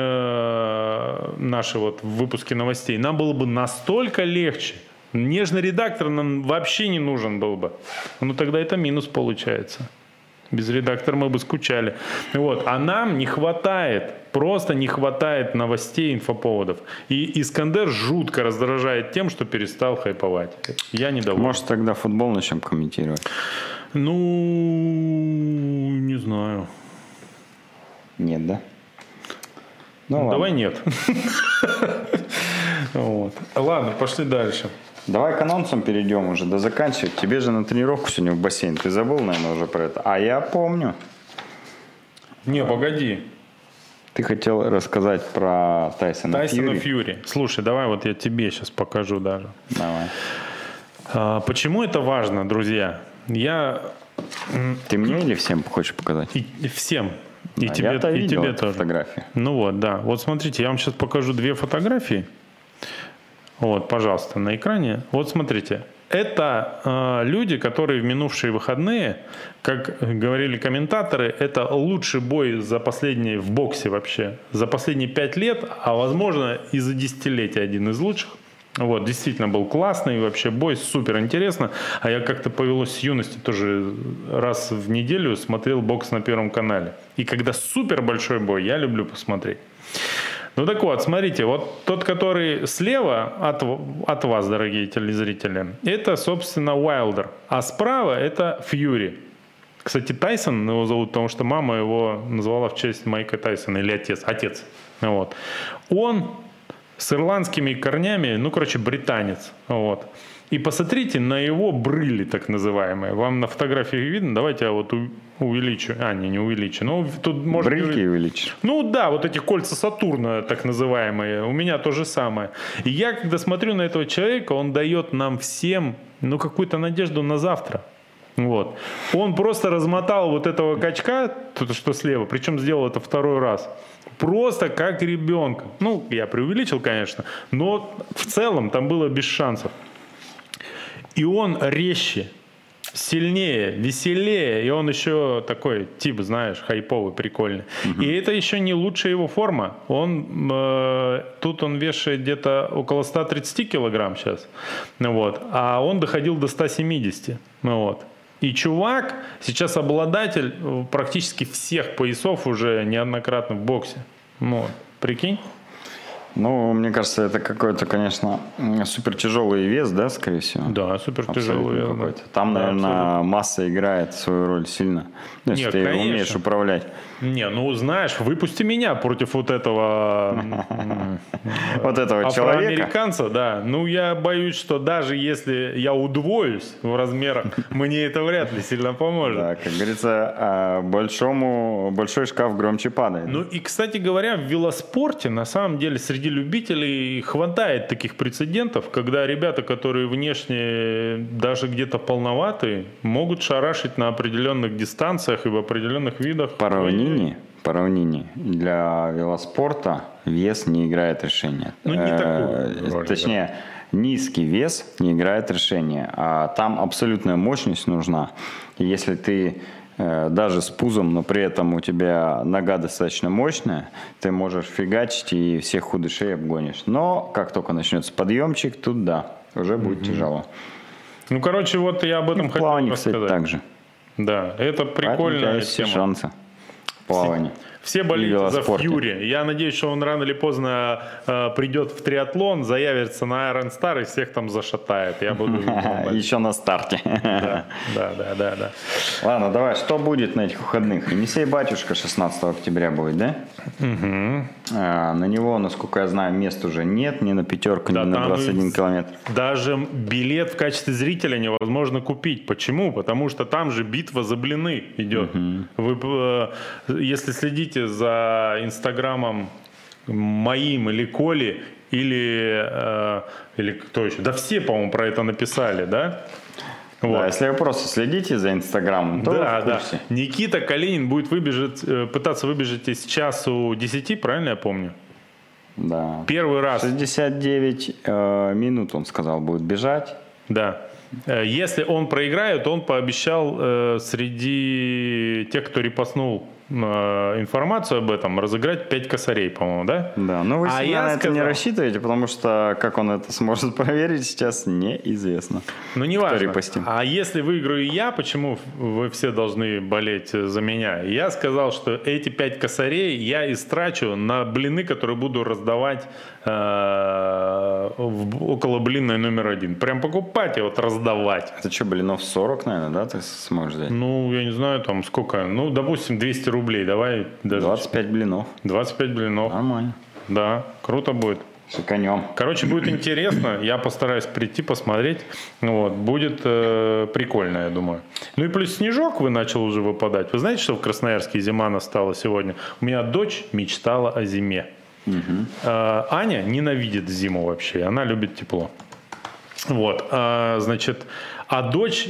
наши вот выпуски новостей, нам было бы настолько легче. Нежный редактор нам вообще не нужен был бы. Ну тогда это минус получается. Без редактора мы бы скучали. Вот. А нам не хватает, просто не хватает новостей, инфоповодов. И Искандер жутко раздражает тем, что перестал хайповать. Я недоволен. Может, тогда футбол начнем комментировать? Ну, не знаю. Нет, да? Ну, давай нет. Ладно, пошли дальше. Давай к анонсам перейдем уже, да заканчивать. Тебе же на тренировку сегодня в бассейн. Ты забыл, наверное, уже про это? А я помню. Не, погоди. Ты хотел рассказать про Тайсона Фьюри. Слушай, давай вот я тебе сейчас покажу даже. Давай. Почему это важно, друзья? Ты мне или всем хочешь показать? И всем. И тебе тоже. Фотографии. Ну вот, да. Вот смотрите, я вам сейчас покажу 2 фотографии. Вот, пожалуйста, на экране. Вот смотрите. Это люди, которые в минувшие выходные, как говорили комментаторы, это лучший бой в боксе вообще. За последние 5 лет, а возможно и за десятилетия один из лучших. Вот, действительно был классный вообще бой, супер интересно. А я как-то повелось с юности тоже раз в неделю смотрел бокс на Первом канале. И когда супер большой бой, я люблю посмотреть. Ну так вот, смотрите, вот тот, который слева от вас, дорогие телезрители, это, собственно, Уайлдер. А справа это Фьюри. Кстати, Тайсон его зовут, потому что мама его назвала в честь Майка Тайсона, или отец. Вот. Он с ирландскими корнями, британец. Вот. И посмотрите на его брыли, так называемые. Вам на фотографии видно? Давайте я вот увеличу. Не увеличу. Ну, тут можно брыльки увеличишь? Ну да, вот эти кольца Сатурна, так называемые. У меня то же самое. И я, когда смотрю на этого человека, он дает нам всем, какую-то надежду на завтра. Вот. Он просто размотал вот этого качка, что слева, причем сделал это 2-й раз. Просто как ребенка. Ну, я преувеличил, конечно, но в целом там было без шансов. И он резче, сильнее, веселее, и он еще такой тип, знаешь, хайповый, прикольный. И это еще не лучшая его форма. Тут он вешает где-то около 130 килограмм сейчас, вот, а он доходил до 170. Вот. И чувак сейчас обладатель практически всех поясов уже неоднократно в боксе. Вот. Прикинь? Ну, мне кажется, это какой-то, конечно, супер тяжелый вес, да, скорее всего? Да, супер тяжелый вес. Какой-то. Там, наверное, масса играет свою роль сильно. Если ты умеешь управлять. Знаешь, выпусти меня против вот этого человека. Афроамериканца, да. Я боюсь, что даже если я удвоюсь в размерах, мне это вряд ли сильно поможет. Да, как говорится, большой шкаф громче падает. И, кстати говоря, в велоспорте, на самом деле, среди любителей хватает таких прецедентов, когда ребята, которые внешне даже где-то полноватые, могут шарашить на определенных дистанциях и в определенных видах. По равнине для велоспорта вес не играет решения. Не такую. Точнее, низкий вес не играет решения, а там абсолютная мощность нужна. И если ты даже с пузом, но при этом у тебя нога достаточно мощная, ты можешь фигачить и всех худышей обгонишь. Но как только начнется подъемчик, тут да, уже будет тяжело. Вот я об этом хотел рассказать. Кстати, так же. Да, это прикольная тема. Шансы. Плавание. Все болеют за Фьюри. Я надеюсь, что он рано или поздно придет в триатлон, заявится на Iron Star и всех там зашатает. Я буду еще на старте. Да. Ладно, давай, что будет на этих выходных? Енисей Батюшка 16 октября будет, да? На него, насколько я знаю, мест уже нет, ни на пятерку, ни на 21 километр. Даже билет в качестве зрителя невозможно купить. Почему? Потому что там же битва за блины идет. Вы, если следите за инстаграмом моим или Коли, или кто еще? Да все, по-моему, про это написали, да? Вот. Да, если вы просто следите за инстаграмом, то вы в курсе. Да. Никита Калинин будет пытаться выбежать из часу 10, правильно я помню? Да. Первый раз. 69 минут, он сказал, будет бежать. Да. Если он проиграет, он пообещал среди тех, кто репостнул информацию об этом, разыграть 5 косарей, по-моему, да? Да, но вы А сильно я на это не сказал- рассчитываете, потому что как он это сможет проверить, сейчас неизвестно. Ну, не Кто важно. репостил. А если выиграю я, почему вы все должны болеть за меня? Я сказал, что эти 5 косарей я истрачу на блины, которые буду раздавать около блинной номер 1. Прям покупать и вот раздавать. Это что, блинов 40, наверное, да, ты сможешь взять? Ну, я не знаю, там сколько. Ну, допустим, 200 рублей. Давай даже 25 блинов. 25 блинов. Нормально. Да, круто будет. Шиканем. Короче, будет интересно. Я постараюсь прийти, посмотреть. Вот. Будет прикольно, я думаю. Ну и плюс снежок начал уже выпадать. Вы знаете, что в Красноярске зима настала сегодня? У меня дочь мечтала о зиме. Аня ненавидит зиму вообще. Она любит тепло. Вот. Значит, а дочь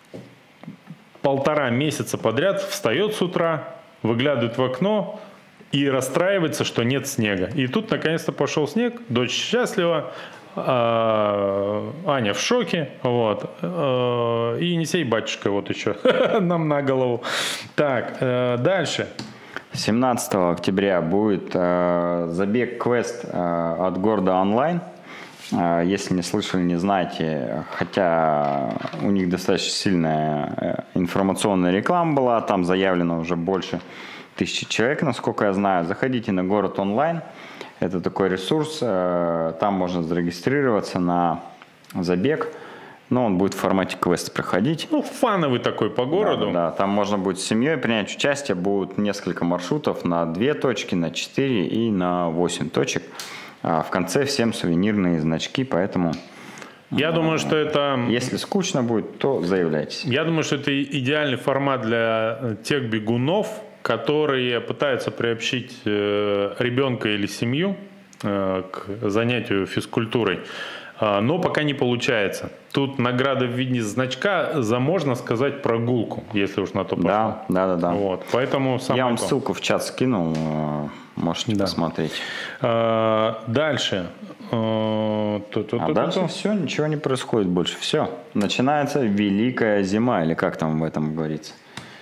1,5 месяца подряд встает с утра, выглядывает в окно и расстраивается, что нет снега. И тут наконец-то пошел снег, дочь счастлива, Аня в шоке, вот. И Енисей батюшка вот еще нам на голову. Так, дальше. 17 октября будет забег квест от города онлайн. Если не слышали, не знаете, хотя у них достаточно сильная информационная реклама была, там заявлено уже больше 1000 человек, насколько я знаю. Заходите на город онлайн, это такой ресурс, там можно зарегистрироваться на забег, но он будет в формате квеста проходить. Ну, фановый такой по городу. Да, там можно будет с семьей принять участие, будут несколько маршрутов на 2 точки, на 4 и на 8 точек. В конце всем сувенирные значки, поэтому Я думаю, что это... если скучно будет, то заявляйтесь. Я думаю, что это идеальный формат для тех бегунов, которые пытаются приобщить ребенка или семью к занятию физкультурой, но пока не получается. Тут награда в виде значка за, можно сказать, прогулку, если уж на то пошло. Да. Вот, поэтому Я вам то. ссылку в чат скинул, можете посмотреть. Дальше. А дальше все, ничего не происходит больше. Все. Начинается великая зима, или как там в этом говорится.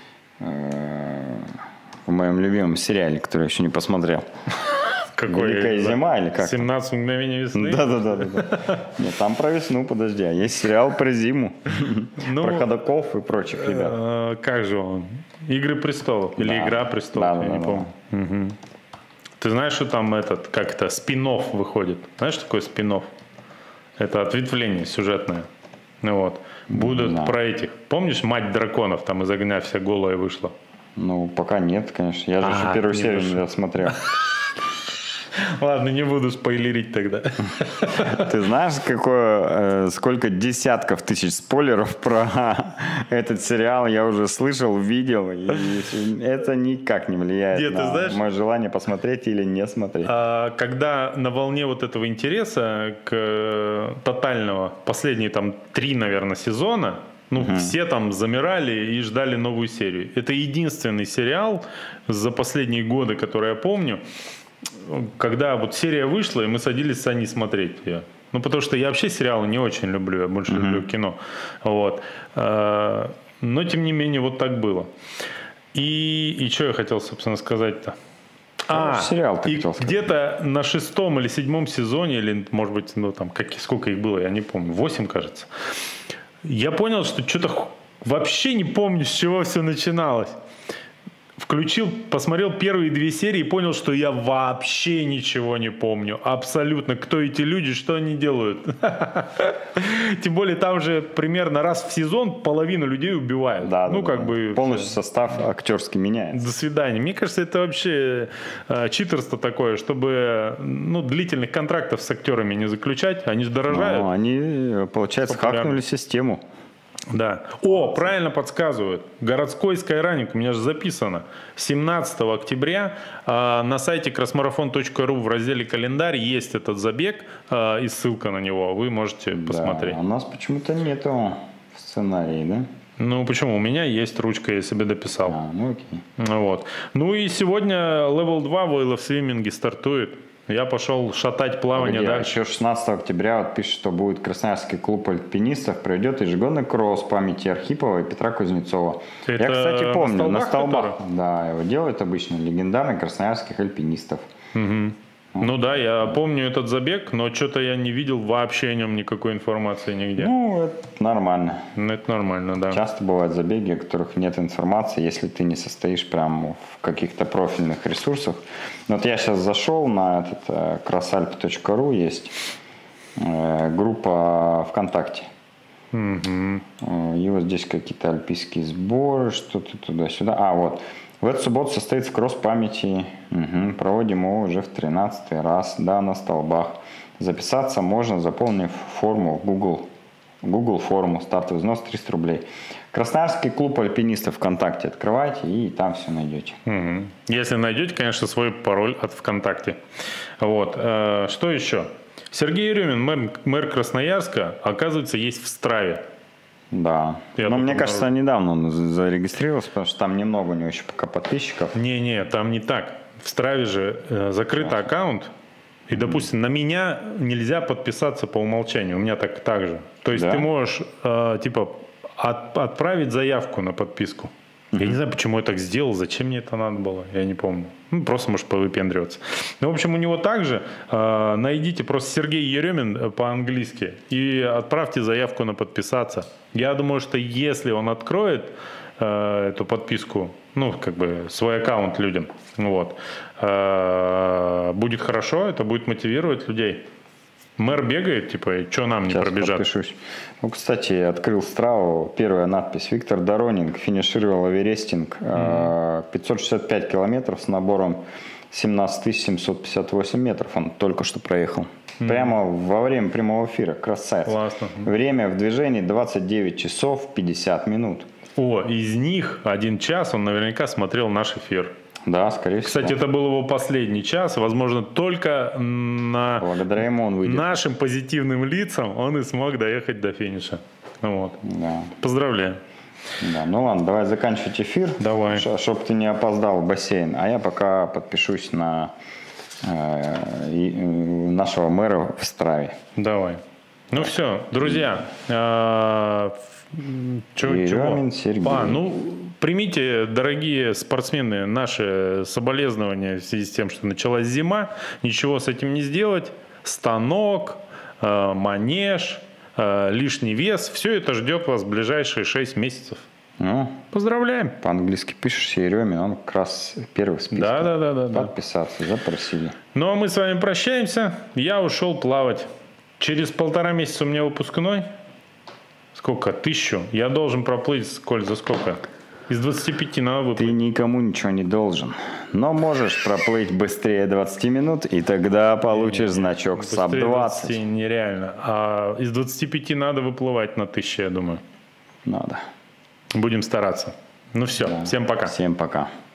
В моем любимом сериале, который я еще не посмотрел. Какой? Великая зима или как? 17 мгновений весны? Да. Нет, там про весну, подожди. А есть сериал про зиму. Про ходоков и прочих ребят. Как же он? Игры престолов? Или Игра престолов? Я не помню. Угу. Ты знаешь, что там спин-офф выходит? Знаешь, что такое спин-офф? Это ответвление сюжетное. Вот. Будут про этих. Помнишь, мать драконов там из огня вся голая вышла? Ну, пока нет, конечно. Я же еще первую серию не досмотрел. Ладно, не буду спойлерить тогда. Ты знаешь, сколько десятков тысяч спойлеров про этот сериал я уже слышал, видел, и это никак не влияет на мое желание посмотреть или не смотреть. Когда на волне вот этого интереса к тотального, последние там 3, наверное, сезона, все там замирали и ждали новую серию. Это единственный сериал за последние годы, который я помню, когда вот серия вышла, и мы садились с Аней смотреть ее. Ну, потому что я вообще сериалы не очень люблю, я больше люблю кино. Вот. Но, тем не менее, вот так было. И что я хотел, собственно, сказать-то? Сериал ты хотел сказать. Где-то на 6 или 7 сезоне, или, может быть, сколько их было, я не помню, 8, кажется. Я понял, что что-то вообще не помню, с чего все начиналось. Включил, посмотрел первые 2 серии и понял, что я вообще ничего не помню. Абсолютно. Кто эти люди, что они делают. Тем более там же примерно раз в сезон половину людей убивают. Да, бы полностью состав актерский меняется. До свидания. Мне кажется, это вообще читерство такое, чтобы длительных контрактов с актерами не заключать. Они же дорожают. Они, получается, хакнули систему. Да. Правильно подсказывают. Городской скайранинг, у меня же записано. 17 октября на сайте кросмарафон.ру в разделе «Календарь» есть этот забег и ссылка на него. Вы можете посмотреть. У нас почему-то нету в сценарии, да? Ну, почему? У меня есть ручка, я себе дописал. Окей. Вот. Ну и сегодня Level 2 в Wheel of Swimming стартует. Я пошел шатать плавание дальше. Еще 16 октября вот пишет, что будет Красноярский клуб альпинистов, проведет ежегодный кросс памяти Архипова и Петра Кузнецова. Это я, кстати, помню, на столбах. Который? Да, его делают обычно легендарных красноярских альпинистов. Угу. Ну да, я помню этот забег, но что-то я не видел вообще о нем никакой информации нигде. Ну, это нормально. Это нормально, да. Часто бывают забеги, о которых нет информации, если ты не состоишь прямо в каких-то профильных ресурсах. Вот я сейчас зашел на этот crossalp.ru, есть группа ВКонтакте. Угу. И вот здесь какие-то альпийские сборы, что-то туда-сюда. А, вот. В эту субботу состоится кросс памяти. Угу. Проводим его уже в 13-й раз. Да, на столбах. Записаться можно, заполнив форму в Google форму. Стартовый взнос 300 рублей. Красноярский клуб альпинистов ВКонтакте открывайте и там все найдете. Угу. Если найдете, конечно, свой пароль от ВКонтакте. Вот. Что еще? Сергей Еремин, мэр Красноярска, оказывается, есть в Страве. Да. Но мне кажется, недавно он зарегистрировался, потому что там немного у него еще пока подписчиков. Не, там не так. В Страве же закрытый аккаунт. И, допустим, на меня нельзя подписаться по умолчанию. У меня так же. То есть ты можешь, отправить заявку на подписку. Я не знаю, почему я так сделал, зачем мне это надо было, я не помню. Ну, просто, может, повыпендриваться. Ну, в общем, у него также найдите просто Сергей Еремин по-английски и отправьте заявку на подписаться. Я думаю, что если он откроет эту подписку, ну, как бы свой аккаунт людям, вот, будет хорошо, это будет мотивировать людей. Мэр бегает, типа, и что нам не пробежать? Подпишусь. Ну, кстати, открыл Страву, первая надпись. Виктор Доронин финишировал Эверестинг 565 километров с набором 17 758 метров. Он только что проехал. Прямо во время прямого эфира. Красавец. Классно. Время в движении 29 часов 50 минут. О, из них 1 час он наверняка смотрел наш эфир. Да, скорее всего. Кстати, это был его последний час. Возможно, только благодаря ему он выйдет. Нашим позитивным лицам он и смог доехать до финиша. Вот. Да. Поздравляю. Да, ну ладно, давай заканчивать эфир. Давай. Чтобы ты не опоздал в бассейн. А я пока подпишусь на нашего мэра в Страве. Давай. Ну все, друзья. Еремин Сергей. Примите, дорогие спортсмены, наши соболезнования в связи с тем, что началась зима. Ничего с этим не сделать. Станок, манеж, лишний вес. Все это ждет вас в ближайшие 6 месяцев. Ну, поздравляем. По-английски пишешь Еремин, он как раз первый в списке. Да. Подписаться, запросили. Ну, а мы с вами прощаемся. Я ушел плавать. Через 1,5 месяца у меня выпускной. Сколько? 1000. Я должен проплыть, за сколько? Из 25 надо выплыть. Ты никому ничего не должен. Но можешь проплыть быстрее 20 минут, и тогда получишь значок САП 20. Нереально. А из 25 надо выплывать на 1000, я думаю. Надо. Будем стараться. Ну все, всем пока. Всем пока.